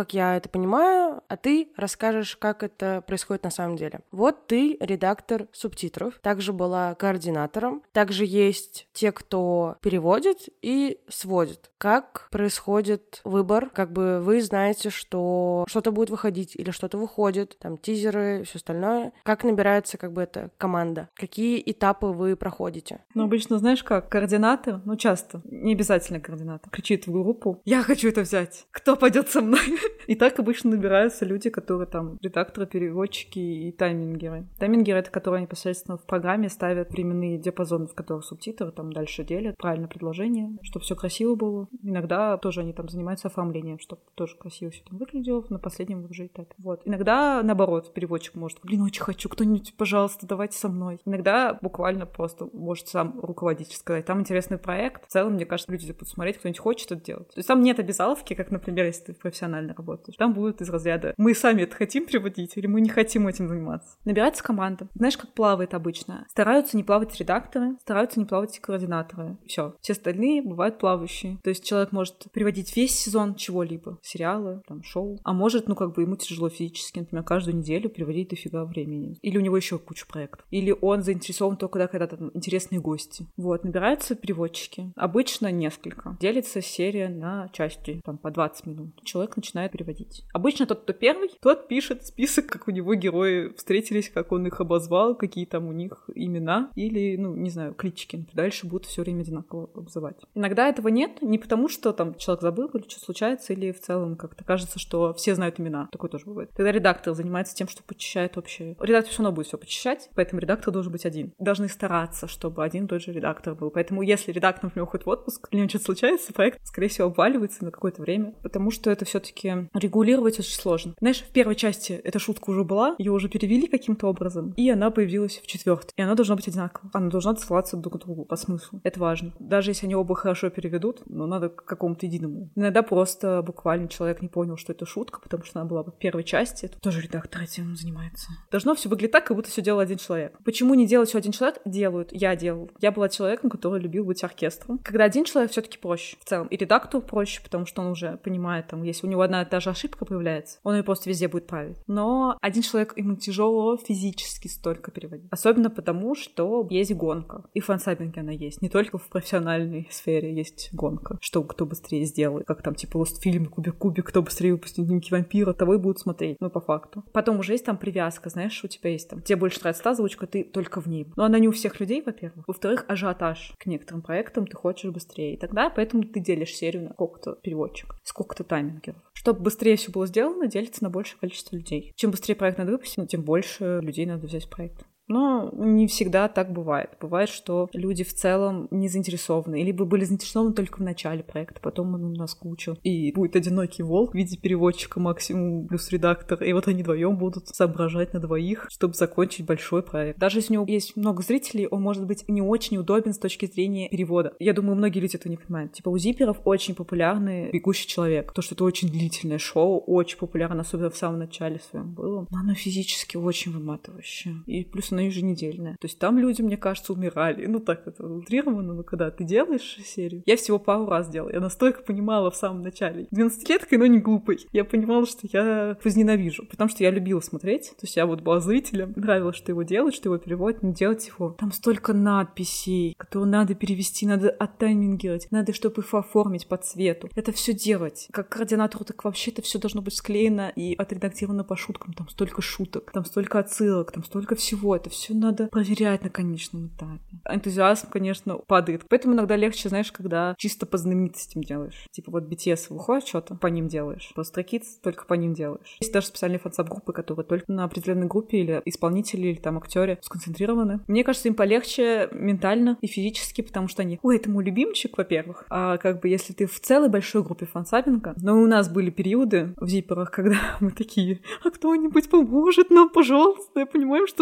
как я это понимаю, а ты расскажешь, как это происходит на самом деле. Вот ты редактор субтитров, также была координатором, также есть те, кто переводит и сводит. Как происходит выбор? Как бы вы знаете, что что-то будет выходить или что-то выходит, там тизеры, все остальное. Как набирается как бы эта команда? Какие этапы вы проходите? Ну, обычно, знаешь как, координатор, ну, часто, не обязательно координатор, кричит в группу: «Я хочу это взять! Кто пойдет со мной?» И так обычно набираются люди, которые там редакторы, переводчики и таймингеры. Таймингеры — это которые непосредственно в программе ставят временные диапазоны, в которых субтитры там дальше делят, правильно предложение, чтобы все красиво было. Иногда тоже они там занимаются оформлением, чтобы тоже красиво все там выглядело на последнем уже этапе. Вот. Иногда, наоборот, переводчик может: «Блин, очень хочу, кто-нибудь, пожалуйста, давайте со мной». Иногда буквально просто может сам руководитель сказать: «Там интересный проект». В целом, мне кажется, люди будут смотреть, кто-нибудь хочет это делать. То есть там нет обязаловки, как, например, если ты профессионально работаешь. Там будет из разряда: мы сами это хотим переводить или мы не хотим этим заниматься. Набирается команда. Знаешь, как плавает обычно? Стараются не плавать редакторы, стараются не плавать координаторы. Все. Все остальные бывают плавающие. То есть человек может переводить весь сезон чего-либо. Сериалы, там, шоу. А может, ну, как бы ему тяжело физически, например, каждую неделю переводить дофига времени. Или у него еще куча проектов. Или он заинтересован только когда, когда там интересные гости. Вот. Набираются переводчики. Обычно несколько. Делится серия на части, там, по двадцать минут. Человек начинает переводить. Обычно тот, кто первый, тот пишет список, как у него герои встретились, как он их обозвал, какие там у них имена или, ну, не знаю, клички. Дальше будут все время одинаково обзывать. Иногда этого нет, не потому что там человек забыл или что случается, или в целом как-то кажется, что все знают имена. Такое тоже бывает. Тогда редактор занимается тем, что почищает общее. Редактор все равно будет все почищать, поэтому редактор должен быть один. Должны стараться, чтобы один и тот же редактор был. Поэтому если редактор, например, уходит в отпуск, или что-то случается, проект, скорее всего, обваливается на какое-то время, потому что это все-таки регулировать очень сложно. Знаешь, в первой части эта шутка уже была, ее уже перевели каким-то образом, и она появилась в четвертой. И она должна быть одинакова. Она должна ссылаться друг к другу по смыслу. Это важно. Даже если они оба хорошо переведут, но надо к какому-то единому. Иногда просто буквально человек не понял, что это шутка, потому что она была в первой части. Тут тоже редактор этим занимается. Должно все выглядеть так, как будто все делал один человек. Почему не делать все один человек? Делают. Я делал. Я была человеком, который любил быть оркестром. Когда один человек, все-таки проще. В целом. И редактору проще, потому что он уже понимает, там, если у него одна и та же ошибка появляется, он ее просто везде будет править. Но один человек, ему тяжело физически столько переводить. Особенно потому, что есть гонка. И в фансайбинге она есть. Не только в профессиональной сфере есть гонка. Что кто быстрее сделает. Как там, типа, Лостфильм, Кубик-Кубик, кто быстрее выпустит Дневники вампира, того и будут смотреть. Ну, по факту. Потом уже есть там привязка, знаешь, у тебя есть там, тебе больше нравится та озвучка, ты только в ней. Но она не у всех людей, во-первых. Во-вторых, ажиотаж к некоторым проектам, ты хочешь быстрее. И тогда поэтому ты делишь серию на сколько-то переводчиков, сколько-то таймингеров. Чтобы быстрее все было сделано, делится на большее количество людей. Чем быстрее проект надо выпустить, ну, тем больше людей надо взять в проект. Но не всегда так бывает. Бывает, что люди в целом не заинтересованы. Либо были заинтересованы только в начале проекта, потом он наскучил. И будет одинокий волк в виде переводчика максимум плюс редактор. И вот они вдвоем будут соображать на двоих, чтобы закончить большой проект. Даже если у него есть много зрителей, он может быть не очень удобен с точки зрения перевода. Я думаю, многие люди этого не понимают. Типа у зиперов очень популярный «Бегущий человек». То, что это очень длительное шоу, очень популярно, особенно в самом начале своем было. Но оно физически очень выматывающее. И плюс оно еженедельная. То есть там люди, мне кажется, умирали. Ну, так это утрированно, но когда ты делаешь серию... Я всего пару раз делала. Я настолько понимала в самом начале. двенадцатилеткой, но не глупой. Я понимала, что я возненавижу. Потому что я любила смотреть. То есть я вот была зрителем. Нравилось, что его делать, что его переводят, не делать его. Там столько надписей, которые надо перевести, надо оттаймингировать, надо, чтобы их оформить по цвету. Это все делать. Как координатору, так вообще это все должно быть склеено и отредактировано по шуткам. Там столько шуток, там столько отсылок, там столько всего. Это все надо проверять на конечном этапе. Энтузиазм, конечно, падает. Поэтому иногда легче, знаешь, когда чисто по знаменитостям делаешь. Типа вот би ти эс выходит что-то, по ним делаешь. Просто Stray Kids только по ним делаешь. Есть даже специальные фансаб-группы, которые только на определенной группе или исполнителе, или там актере сконцентрированы. Мне кажется, им полегче ментально и физически, потому что они, ой, это мой любимчик, во-первых. А как бы если ты в целой большой группе фансабинга, но у нас были периоды в зиперах, когда мы такие, а кто-нибудь поможет нам, пожалуйста. Я понимаю, что мы не заинтересованы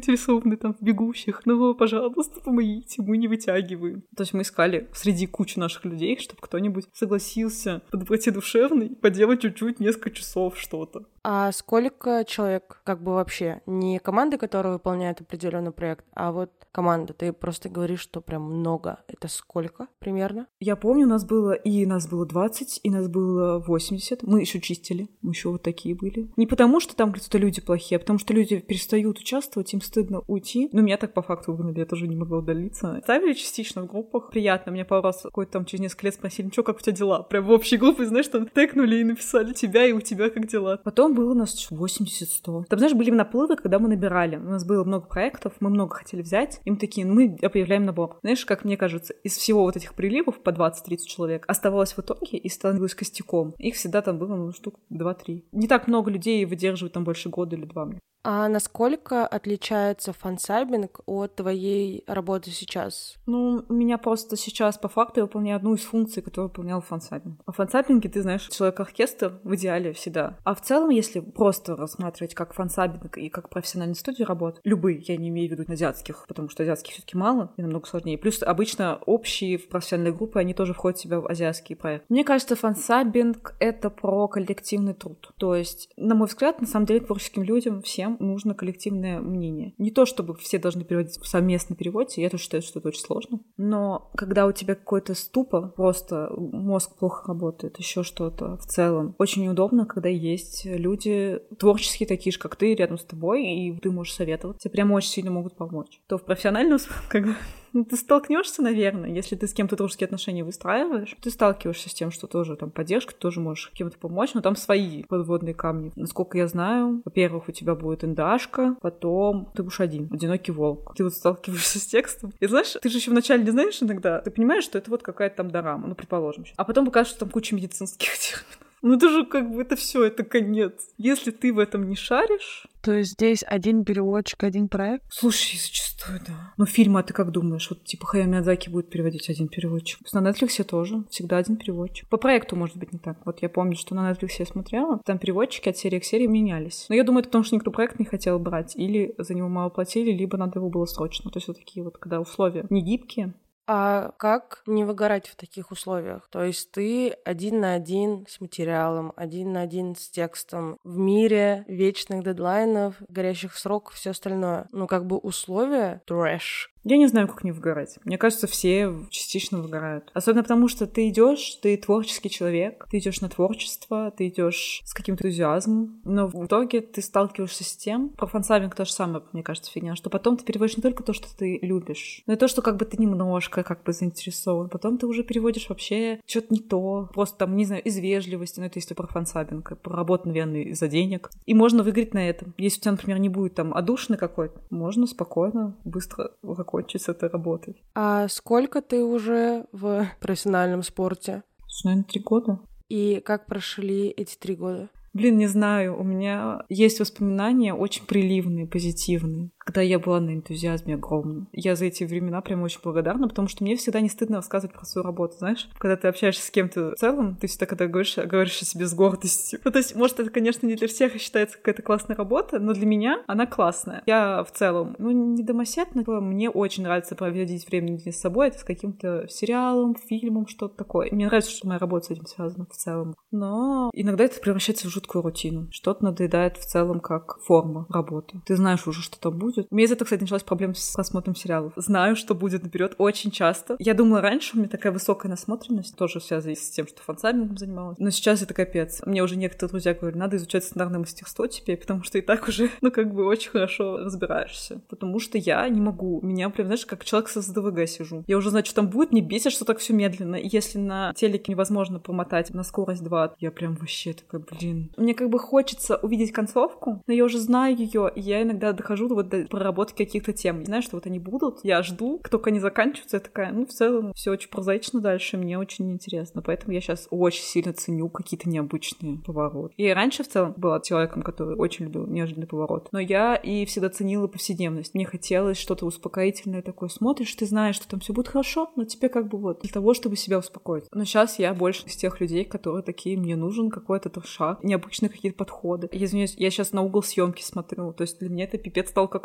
заинтересованы там в бегущих, но, пожалуйста, помогите, мы не вытягиваем. То есть мы искали среди кучи наших людей, чтобы кто-нибудь согласился по доброте душевной поделать чуть-чуть несколько часов что-то. А сколько человек, как бы вообще, не команда, которая выполняет определенный проект, а вот команда? Ты просто говоришь, что прям много. Это сколько примерно? Я помню, у нас было и нас было двадцать, и нас было восемьдесят. Мы еще чистили, мы еще вот такие были. Не потому, что там где-то люди плохие, а потому что люди перестают участвовать, им стыдно уйти. Но меня так по факту выгнали, я тоже не могла удалиться. Ставили частично в группах. Приятно, меня пару раз какой-то там через несколько лет спросили, ну что, как у тебя дела? Прям в общей группе, знаешь, там тегнули и написали тебя, и у тебя как дела. Потом было у нас восемьдесят-сто. Там, знаешь, были наплывы, когда мы набирали. У нас было много проектов, мы много хотели взять. И мы такие, ну, мы объявляем набор. Знаешь, как мне кажется, из всего вот этих приливов по двадцать-тридцать человек оставалось в итоге и становилось костяком. Их всегда там было, ну, штук два-три. Не так много людей выдерживают там больше года или два. А насколько отличается фансайбинг от твоей работы сейчас? Ну, у меня просто сейчас по факту я выполняю одну из функций, которую выполнял фансайбинг. А в фансайбинге ты знаешь, человек-оркестр в идеале всегда. А в целом, если просто рассматривать как фансайбинг и как профессиональные студии работы, любые, я не имею в виду азиатских, потому что азиатских все-таки мало и намного сложнее. Плюс обычно общие профессиональные группы, они тоже входят в себя в азиатские проекты. Мне кажется, фансайбинг — это про коллективный труд. То есть, на мой взгляд, на самом деле творческим людям всем нужно коллективное мнение. Не то, чтобы все должны переводить в совместный перевод, я тоже считаю, что это очень сложно. Но когда у тебя какой-то ступор, просто мозг плохо работает, еще что-то в целом, очень удобно, когда есть люди творческие такие же, как ты, рядом с тобой, и ты можешь советовать. Тебе прям очень сильно могут помочь. То в профессиональном, как бы, ну, ты столкнешься, наверное, если ты с кем-то дружеские отношения выстраиваешь, ты сталкиваешься с тем, что тоже там поддержка, ты тоже можешь кем-то помочь, но там свои подводные камни. Насколько я знаю, во-первых, у тебя будет эндашка, потом ты будешь один, одинокий волк. Ты вот сталкиваешься с текстом. И знаешь, ты же еще вначале не знаешь иногда, ты понимаешь, что это вот какая-то там дорама, ну, предположим. А потом покажешь, что там куча медицинских терминов. Ну это же как бы это все, это конец. Если ты в этом не шаришь... То есть здесь один переводчик, один проект? Слушай, зачастую, да. Но фильмы, а ты как думаешь? Вот типа Хаяо Миядзаки будет переводить один переводчик. На Netflix тоже всегда один переводчик. По проекту, может быть, не так. Вот я помню, что на Netflix я смотрела, там переводчики от серии к серии менялись. Но я думаю, это потому, что никто проект не хотел брать. Или за него мало платили, либо надо его было срочно. То есть вот такие вот, когда условия не гибкие. А как не выгорать в таких условиях? То есть ты один на один с материалом, один на один с текстом, в мире вечных дедлайнов, горящих сроков, все остальное. Ну, как бы условия трэш. Я не знаю, как не выгорать. Мне кажется, все частично выгорают. Особенно потому, что ты идешь, ты творческий человек, ты идешь на творчество, ты идешь с каким-то энтузиазмом, но в итоге ты сталкиваешься с тем, про фансайбинг то же самое, мне кажется, фигня, что потом ты переводишь не только то, что ты любишь, но и то, что как бы ты немножко как бы заинтересован. Потом ты уже переводишь вообще что-то не то, просто там, не знаю, из вежливости, ну это если про фансайбинг, про работу, наверное, из-за денег. И можно выиграть на этом. Если у тебя, например, не будет там одушины какой-то, можно спокойно, быстро закончить с этой работой. А сколько ты уже в профессиональном спорте? Наверное, три года. И как прошли эти три года? Блин, не знаю, у меня есть воспоминания очень приливные, позитивные, когда я была на энтузиазме огромном. Я за эти времена прям очень благодарна, потому что мне всегда не стыдно рассказывать про свою работу, знаешь? Когда ты общаешься с кем-то в целом, ты всегда, когда говоришь, говоришь о себе с гордостью. Ну, то есть, может, это, конечно, не для всех считается какая-то классная работа, но для меня она классная. Я в целом, ну, не домосед, но мне очень нравится проводить время с собой, это с каким-то сериалом, фильмом, что-то такое. И мне нравится, что моя работа с этим связана в целом. Но иногда это превращается в жуткую рутину. Что-то надоедает в целом как форма работы. Ты знаешь уже, что там будет. У меня из-за этого, кстати, началась проблема с просмотром сериалов. Знаю, что будет наперед очень часто. Я думала, раньше у меня такая высокая насмотренность, тоже связана с тем, что фансайбингом занималась. Но сейчас это капец. Мне уже некоторые друзья говорят, надо изучать сценарное мастерство теперь, потому что и так уже, ну, как бы очень хорошо разбираешься. Потому что я не могу. Меня прям, знаешь, как человек с СДВГ сижу. Я уже знаю, что там будет, мне бесит, что так все медленно. И если на телеке невозможно промотать на скорость два, я прям вообще такая, блин. Мне как бы хочется увидеть концовку, но я уже знаю ее, и я иногда дохожу вот до проработки каких-то тем. Знаю, что вот они будут, я жду, как только они заканчиваются, я такая, ну, в целом, все очень прозаично дальше, мне очень интересно. Поэтому я сейчас очень сильно ценю какие-то необычные повороты. И раньше в целом была человеком, который очень любил неожиданный поворот. Но я и всегда ценила повседневность. Мне хотелось что-то успокоительное такое. Смотришь, ты знаешь, что там все будет хорошо, но тебе как бы вот для того, чтобы себя успокоить. Но сейчас я больше из тех людей, которые такие, мне нужен какой-то шаг, необычные какие-то подходы. Я извиняюсь, я сейчас на угол съемки смотрю, то есть для меня это пипец стал как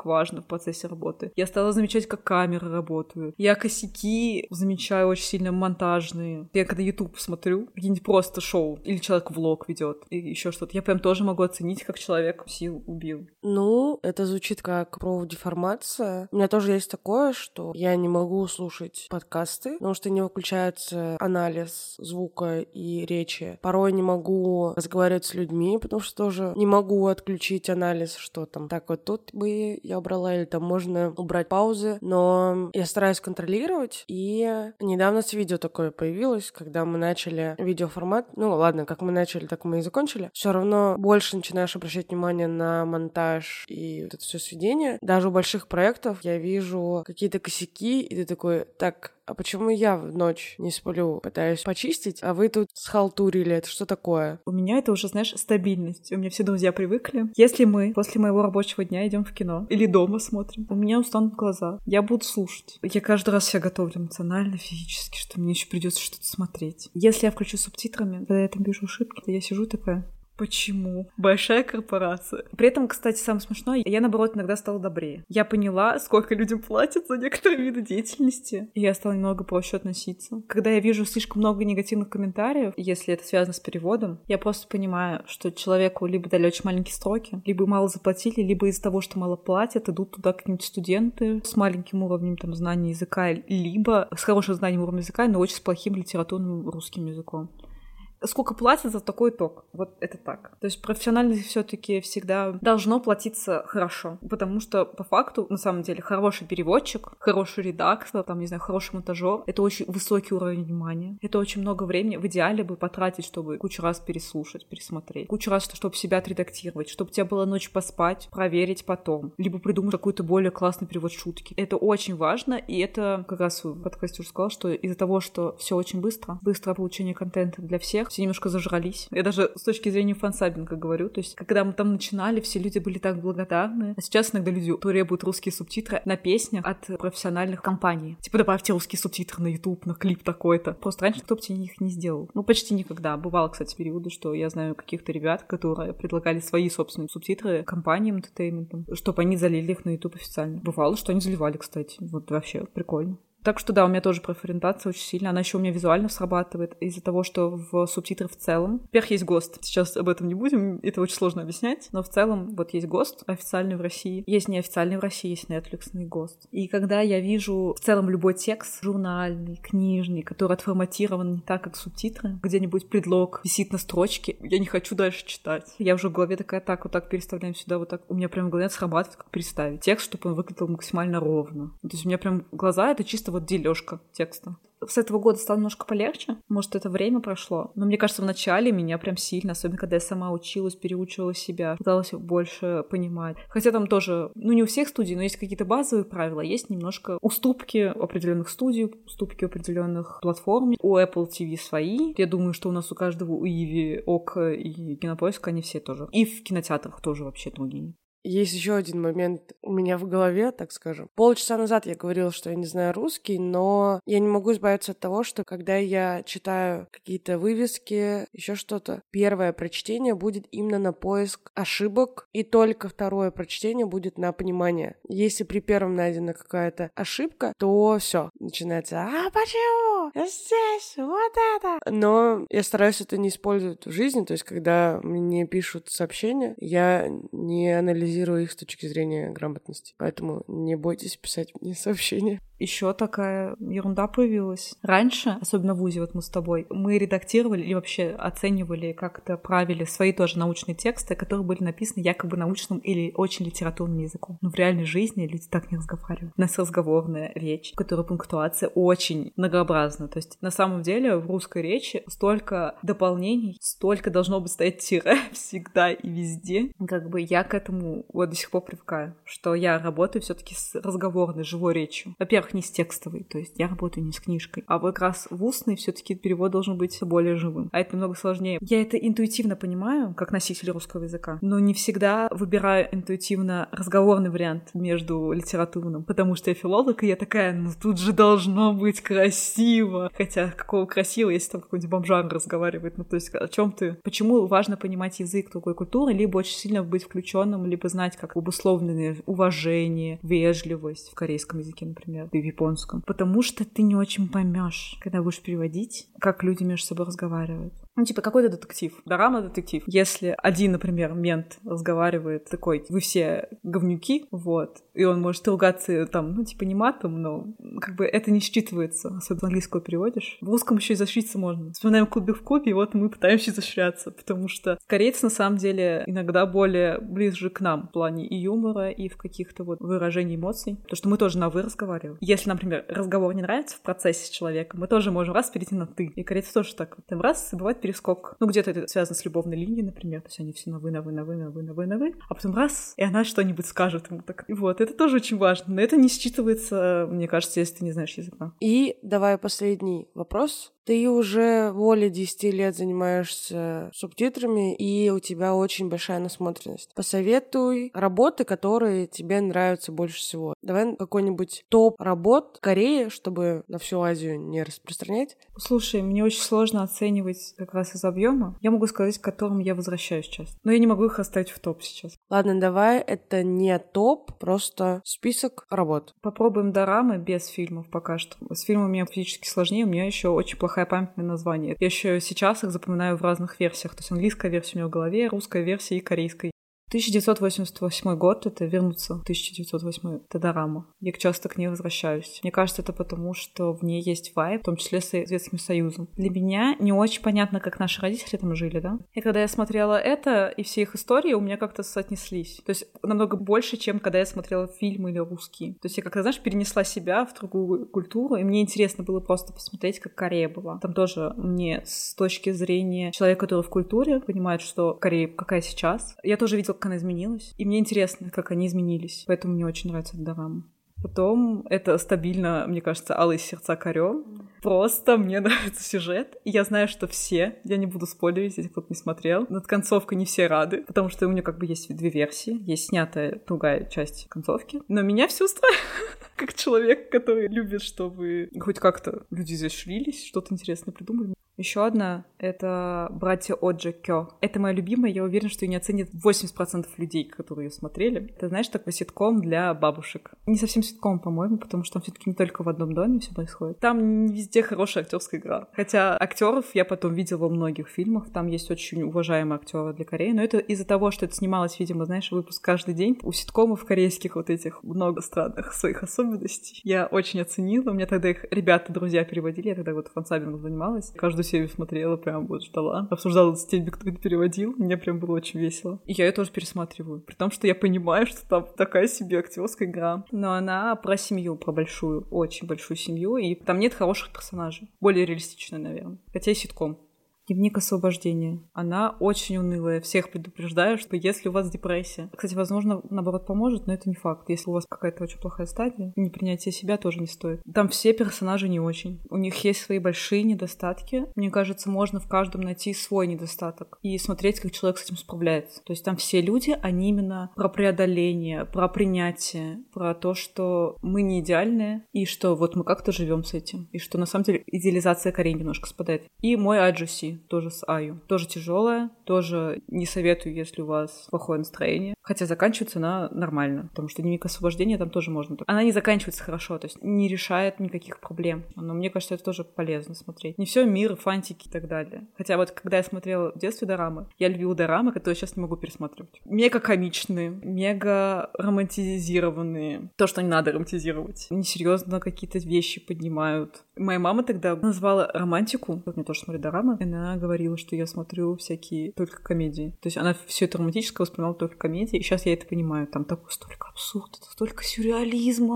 важно в процессе работы. Я стала замечать, как камеры работают. Я косяки замечаю очень сильно монтажные. Я когда YouTube смотрю, какие-нибудь просто шоу, или человек влог ведет, или еще что-то, я прям тоже могу оценить, как человек сил убил. Ну, это звучит как профдеформация. У меня тоже есть такое, что я не могу слушать подкасты, потому что не выключается анализ звука и речи. Порой не могу разговаривать с людьми, потому что тоже не могу отключить анализ, что там так вот тут бы я убрала, или там можно убрать паузы, но я стараюсь контролировать, и недавно с видео такое появилось, когда мы начали видеоформат, ну ладно, как мы начали, так мы и закончили, все равно больше начинаешь обращать внимание на монтаж и вот это все сведение. Даже у больших проектов я вижу какие-то косяки, и ты такой, так, а почему я в ночь не сплю, пытаюсь почистить, а вы тут схалтурили, это что такое? У меня это уже, знаешь, стабильность. У меня все друзья привыкли. Если мы после моего рабочего дня идем в кино или дома смотрим, у меня устанут глаза. Я буду слушать. Я каждый раз себя готовлю эмоционально, физически, что мне еще придется что-то смотреть. Если я включу субтитрами, когда я там вижу ошибки, то я сижу такая... Почему? Большая корпорация. При этом, кстати, самое смешное, я, наоборот, иногда стала добрее. Я поняла, сколько людям платят за некоторые виды деятельности, и я стала немного проще относиться. Когда я вижу слишком много негативных комментариев, если это связано с переводом, я просто понимаю, что человеку либо дали очень маленькие строки, либо мало заплатили, либо из-за того, что мало платят, идут туда какие-нибудь студенты с маленьким уровнем там, знания языка, либо с хорошим знанием уровня языка, но очень с плохим литературным русским языком. Сколько платят за такой итог? Вот это так. То есть профессиональность все-таки всегда должно платиться хорошо, потому что по факту, на самом деле, хороший переводчик, хороший редактор, там, не знаю, хороший монтажер — это очень высокий уровень внимания. Это очень много времени в идеале бы потратить, чтобы кучу раз переслушать, пересмотреть, кучу раз, чтобы себя отредактировать, чтобы у тебя была ночь поспать, проверить потом, либо придумать какой-то более классный перевод шутки. Это очень важно, и это как раз в подкасте уже сказала, что из-за того, что все очень быстро, быстрое получение контента для всех, все немножко зажрались. Я даже с точки зрения фансабинга говорю, то есть когда мы там начинали, все люди были так благодарны, а сейчас иногда люди требуют русские субтитры на песнях от профессиональных компаний. Типа добавьте русские субтитры на YouTube, на клип такой-то. Просто раньше никто бы тебе их не сделал. Ну, почти никогда. Бывало, кстати, периоды, что я знаю каких-то ребят, которые предлагали свои собственные субтитры компаниям, энтертейментам, чтобы они залили их на YouTube официально. Бывало, что они заливали, кстати. Вот вообще прикольно. Так что да, у меня тоже профориентация очень сильно. Она еще у меня визуально срабатывает из-за того, что в субтитрах в целом... Во-первых, есть ГОСТ. Сейчас об этом не будем, это очень сложно объяснять. Но в целом вот есть ГОСТ официальный в России. Есть неофициальный в России, есть Netflixный ГОСТ. И когда я вижу в целом любой текст, журнальный, книжный, который отформатирован не так, как субтитры, где-нибудь предлог висит на строчке, я не хочу дальше читать. Я уже в голове такая, так, вот так переставляем сюда, вот так. У меня прям в голове срабатывает, как переставить текст, чтобы он выглядел максимально ровно. То есть у меня прям глаза — это чисто вот дележка текста. С этого года стало немножко полегче. Может, это время прошло. Но мне кажется, в начале меня прям сильно, особенно когда я сама училась, переучивала себя, пыталась больше понимать. Хотя там тоже, ну не у всех студий, но есть какие-то базовые правила, есть немножко уступки у определенных студий, уступки у определенных платформ. У Apple ти ви свои. Я думаю, что у нас у каждого, у Иви, Ока и Кинопоиска, они все тоже. И в кинотеатрах тоже вообще другие. Есть еще один момент у меня в голове, так скажем. Полчаса назад я говорила, что я не знаю русский, но я не могу избавиться от того, что когда я читаю какие-то вывески, еще что-то, первое прочтение будет именно на поиск ошибок, и только второе прочтение будет на понимание. Если при первом найдена какая-то ошибка, то все начинается: а почему? Здесь вот это. Но я стараюсь это не использовать в жизни, то есть когда мне пишут сообщения, я не анализирую их с точки зрения грамотности. Поэтому не бойтесь писать мне сообщения. Еще такая ерунда появилась. Раньше, особенно в ВУЗе, вот мы с тобой, мы редактировали и вообще оценивали, как-то правили свои тоже научные тексты, которые были написаны якобы научным или очень литературным языком. Но в реальной жизни люди так не разговаривают. У нас разговорная речь, в которой пунктуация очень многообразна. То есть на самом деле в русской речи столько дополнений, столько должно быть стоять тире всегда и везде. Как бы я к этому вот до сих пор привыкаю, что я работаю все-таки с разговорной, живой речью. Во-первых, во-первых, не с текстовой, то есть я работаю не с книжкой, а вот как раз в устный все-таки перевод должен быть более живым. А это намного сложнее. Я это интуитивно понимаю, как носитель русского языка, но не всегда выбираю интуитивно разговорный вариант между литературным, потому что я филолог, и я такая, ну тут же должно быть красиво. Хотя какого красивого, если там какой-нибудь бомжар разговаривает, ну то есть о чем ты? Почему важно понимать язык другой культуры, либо очень сильно быть включенным, либо знать, как обусловленное уважение, вежливость в корейском языке, например, и в японском. Потому что ты не очень поймешь, когда будешь переводить, как люди между собой разговаривают. Ну, типа, какой-то детектив, дорама-детектив. Если один, например, мент разговаривает такой, вы все говнюки, вот, и он может ругаться там, ну, типа, не матом, но как бы это не считывается, особенно с английского переводишь. В русском еще изощриться можно. Вспоминаем «Кубик в кубе», и вот мы пытаемся изощряться, потому что корейцы, на самом деле, иногда более ближе к нам в плане и юмора, и в каких-то вот выражений эмоций. Потому что мы тоже на «вы» разговариваем. Если, например, разговор не нравится в процессе с человеком, мы тоже можем раз перейти на «ты». И корейцы тоже так. Там раз, бывает перескок. Ну, где-то это связано с любовной линией, например. То есть они все на «вы», на «вы», на «вы», на «вы», на «вы», на «вы». А потом раз, и она что-нибудь скажет ему так. И вот, это тоже очень важно. Но это не считывается, мне кажется, если ты не знаешь языка. И давай последний вопрос. Ты уже более десяти лет занимаешься субтитрами, и у тебя очень большая насмотренность. Посоветуй работы, которые тебе нравятся больше всего. Давай какой-нибудь топ работ в Корее, чтобы на всю Азию не распространять. Слушай, мне очень сложно оценивать как раз из объема. Я могу сказать, к которым я возвращаюсь часто. Но я не могу их оставить в топ сейчас. Ладно, давай, это не топ, просто список работ. Попробуем дорамы без фильмов пока что. С фильмами мне физически сложнее, у меня еще очень плохая память на название. Я еще сейчас их запоминаю в разных версиях. То есть английская версия у меня в голове, русская версия и корейская. тысяча девятьсот восемьдесят восьмой год — это вернуться в тысяча девятьсот восьмой, это дорама. Я часто к ней возвращаюсь. Мне кажется, это потому, что в ней есть вайб, в том числе с Советским Союзом. Для меня не очень понятно, как наши родители там жили, да? И когда я смотрела это, и все их истории у меня как-то соотнеслись. То есть намного больше, чем когда я смотрела фильмы или русские. То есть я как-то, знаешь, перенесла себя в другую культуру, и мне интересно было просто посмотреть, как Корея была. Там тоже мне с точки зрения человека, который в культуре, понимает, что Корея какая сейчас. Я тоже видела, как она изменилась. И мне интересно, как они изменились. Поэтому мне очень нравится эта дорама. Потом это стабильно, мне кажется, «Алые сердца Корё». Просто мне нравится сюжет. И я знаю, что все, я не буду спойлерить, если кто-то не смотрел, над концовкой не все рады, потому что у меня как бы есть две версии. Есть снятая другая часть концовки. Но меня все устраивает. Как человек, который любит, чтобы хоть как-то люди зашевелились, что-то интересное придумали. Еще одна — это «Братья Оджа Кё». Это моя любимая, я уверена, что ее не оценит восемьдесят процентов людей, которые ее смотрели. Это, знаешь, такой ситком для бабушек. Не совсем ситком, по-моему, потому что там все-таки не только в одном доме все происходит. Там не везде хорошая актерская игра. Хотя актеров я потом видела во многих фильмах, там есть очень уважаемые актеры для Кореи, но это из-за того, что это снималось, видимо, знаешь, выпуск каждый день. У ситкомов корейских вот этих много странных своих особенностей. Я очень оценила. У меня тогда их ребята, друзья переводили, я тогда вот фансабингом занималась. Каждую серию смотрела, прям вот ждала. Обсуждала с теми, кто это переводил. Мне прям было очень весело. И я ее тоже пересматриваю. При том, что я понимаю, что там такая себе актерская игра. Но она про семью, про большую, очень большую семью. И там нет хороших персонажей. Более реалистичная, наверное. Хотя и ситком. «Дневник освобождения». Она очень унылая. Всех предупреждаю, что если у вас депрессия... Кстати, возможно, наоборот, поможет, но это не факт. Если у вас какая-то очень плохая стадия, непринятие себя тоже не стоит. Там все персонажи не очень. У них есть свои большие недостатки. Мне кажется, можно в каждом найти свой недостаток и смотреть, как человек с этим справляется. То есть там все люди, они именно про преодоление, про принятие, про то, что мы не идеальные, и что вот мы как-то живем с этим. И что, на самом деле, идеализация Кореи немножко спадает. И мой Аджуси. Тоже с Аю. Тоже тяжелая, тоже не советую, если у вас плохое настроение. Хотя заканчивается она нормально, потому что «Дневник освобождения» там тоже можно. Она не заканчивается хорошо, то есть не решает никаких проблем. Но мне кажется, это тоже полезно смотреть. Не все мир, фантики и так далее. Хотя вот когда я смотрела в детстве дорамы, я любила дорамы, которые сейчас не могу пересматривать. Мега комичные, мега романтизированные. То, что не надо романтизировать. Несерьезно какие-то вещи поднимают. Моя мама тогда назвала романтику, вот мне тоже смотрели дорамы, она говорила, что я смотрю всякие только комедии. То есть она все это романтическое воспринимала только комедии, и сейчас я это понимаю. Там такое столько абсурда, столько сюрреализма.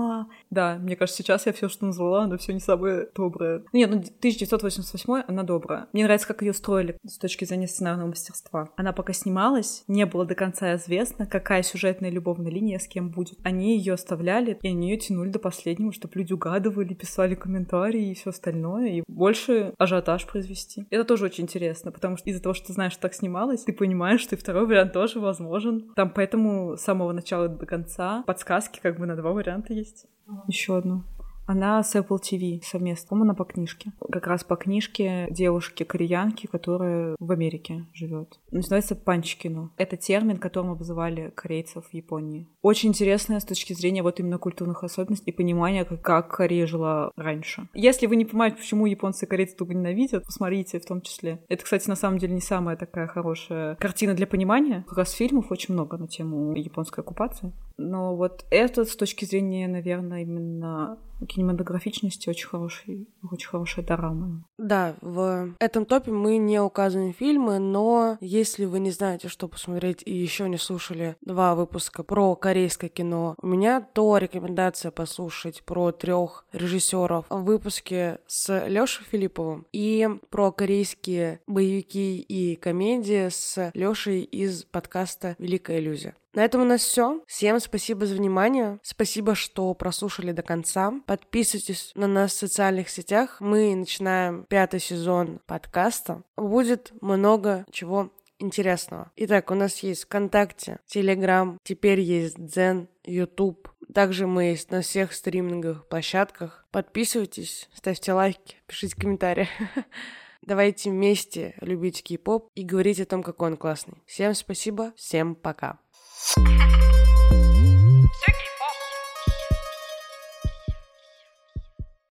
Да, мне кажется, сейчас я все, что назвала, оно все не самое доброе. Нет, ну тысяча девятьсот восемьдесят восьмой, она добрая. Мне нравится, как ее строили с точки зрения сценарного мастерства. Она пока снималась, не было до конца известно, какая сюжетная любовная линия с кем будет. Они ее оставляли, и они ее тянули до последнего, чтобы люди угадывали, писали комментарии и все остальное, и больше ажиотаж произвести. Это тоже очень интересно, потому что из-за того, что ты знаешь, что так снималось, ты понимаешь, что и второй вариант тоже возможен. Там поэтому с самого начала до конца подсказки как бы на два варианта есть. Еще одну. Она с Apple ти ви совместно. По-моему, она по книжке. Как раз по книжке девушки-кореянки, которая в Америке живет. Называется панчкино. Это термин, которым обзывали корейцев в Японии. Очень интересно с точки зрения вот именно культурных особенностей и понимания, как, как Корея жила раньше. Если вы не понимаете, почему японцы и корейцы друг друга ненавидят, посмотрите в том числе. Это, кстати, на самом деле не самая такая хорошая картина для понимания. Как раз фильмов очень много на тему японской оккупации. Но вот это с точки зрения, наверное, именно кинематографичности очень хороший, очень хорошая дорама. Да, в этом топе мы не указываем фильмы, но если вы не знаете, что посмотреть и еще не слушали два выпуска про корейское кино у меня, то рекомендация послушать про трех режиссеров в выпуске с Лешей Филипповым и про корейские боевики и комедии с Лешей из подкаста «Великая иллюзия». На этом у нас все. Всем спасибо за внимание. Спасибо, что прослушали до конца. Подписывайтесь на нас в социальных сетях. Мы начинаем пятый сезон подкаста. Будет много чего интересного. Итак, у нас есть ВКонтакте, Телеграм, теперь есть Дзен, Ютуб. Также мы есть на всех стриминговых площадках. Подписывайтесь, ставьте лайки, пишите комментарии. Давайте вместе любить кей-поп и говорить о том, какой он классный. Всем спасибо, всем пока. Thank you.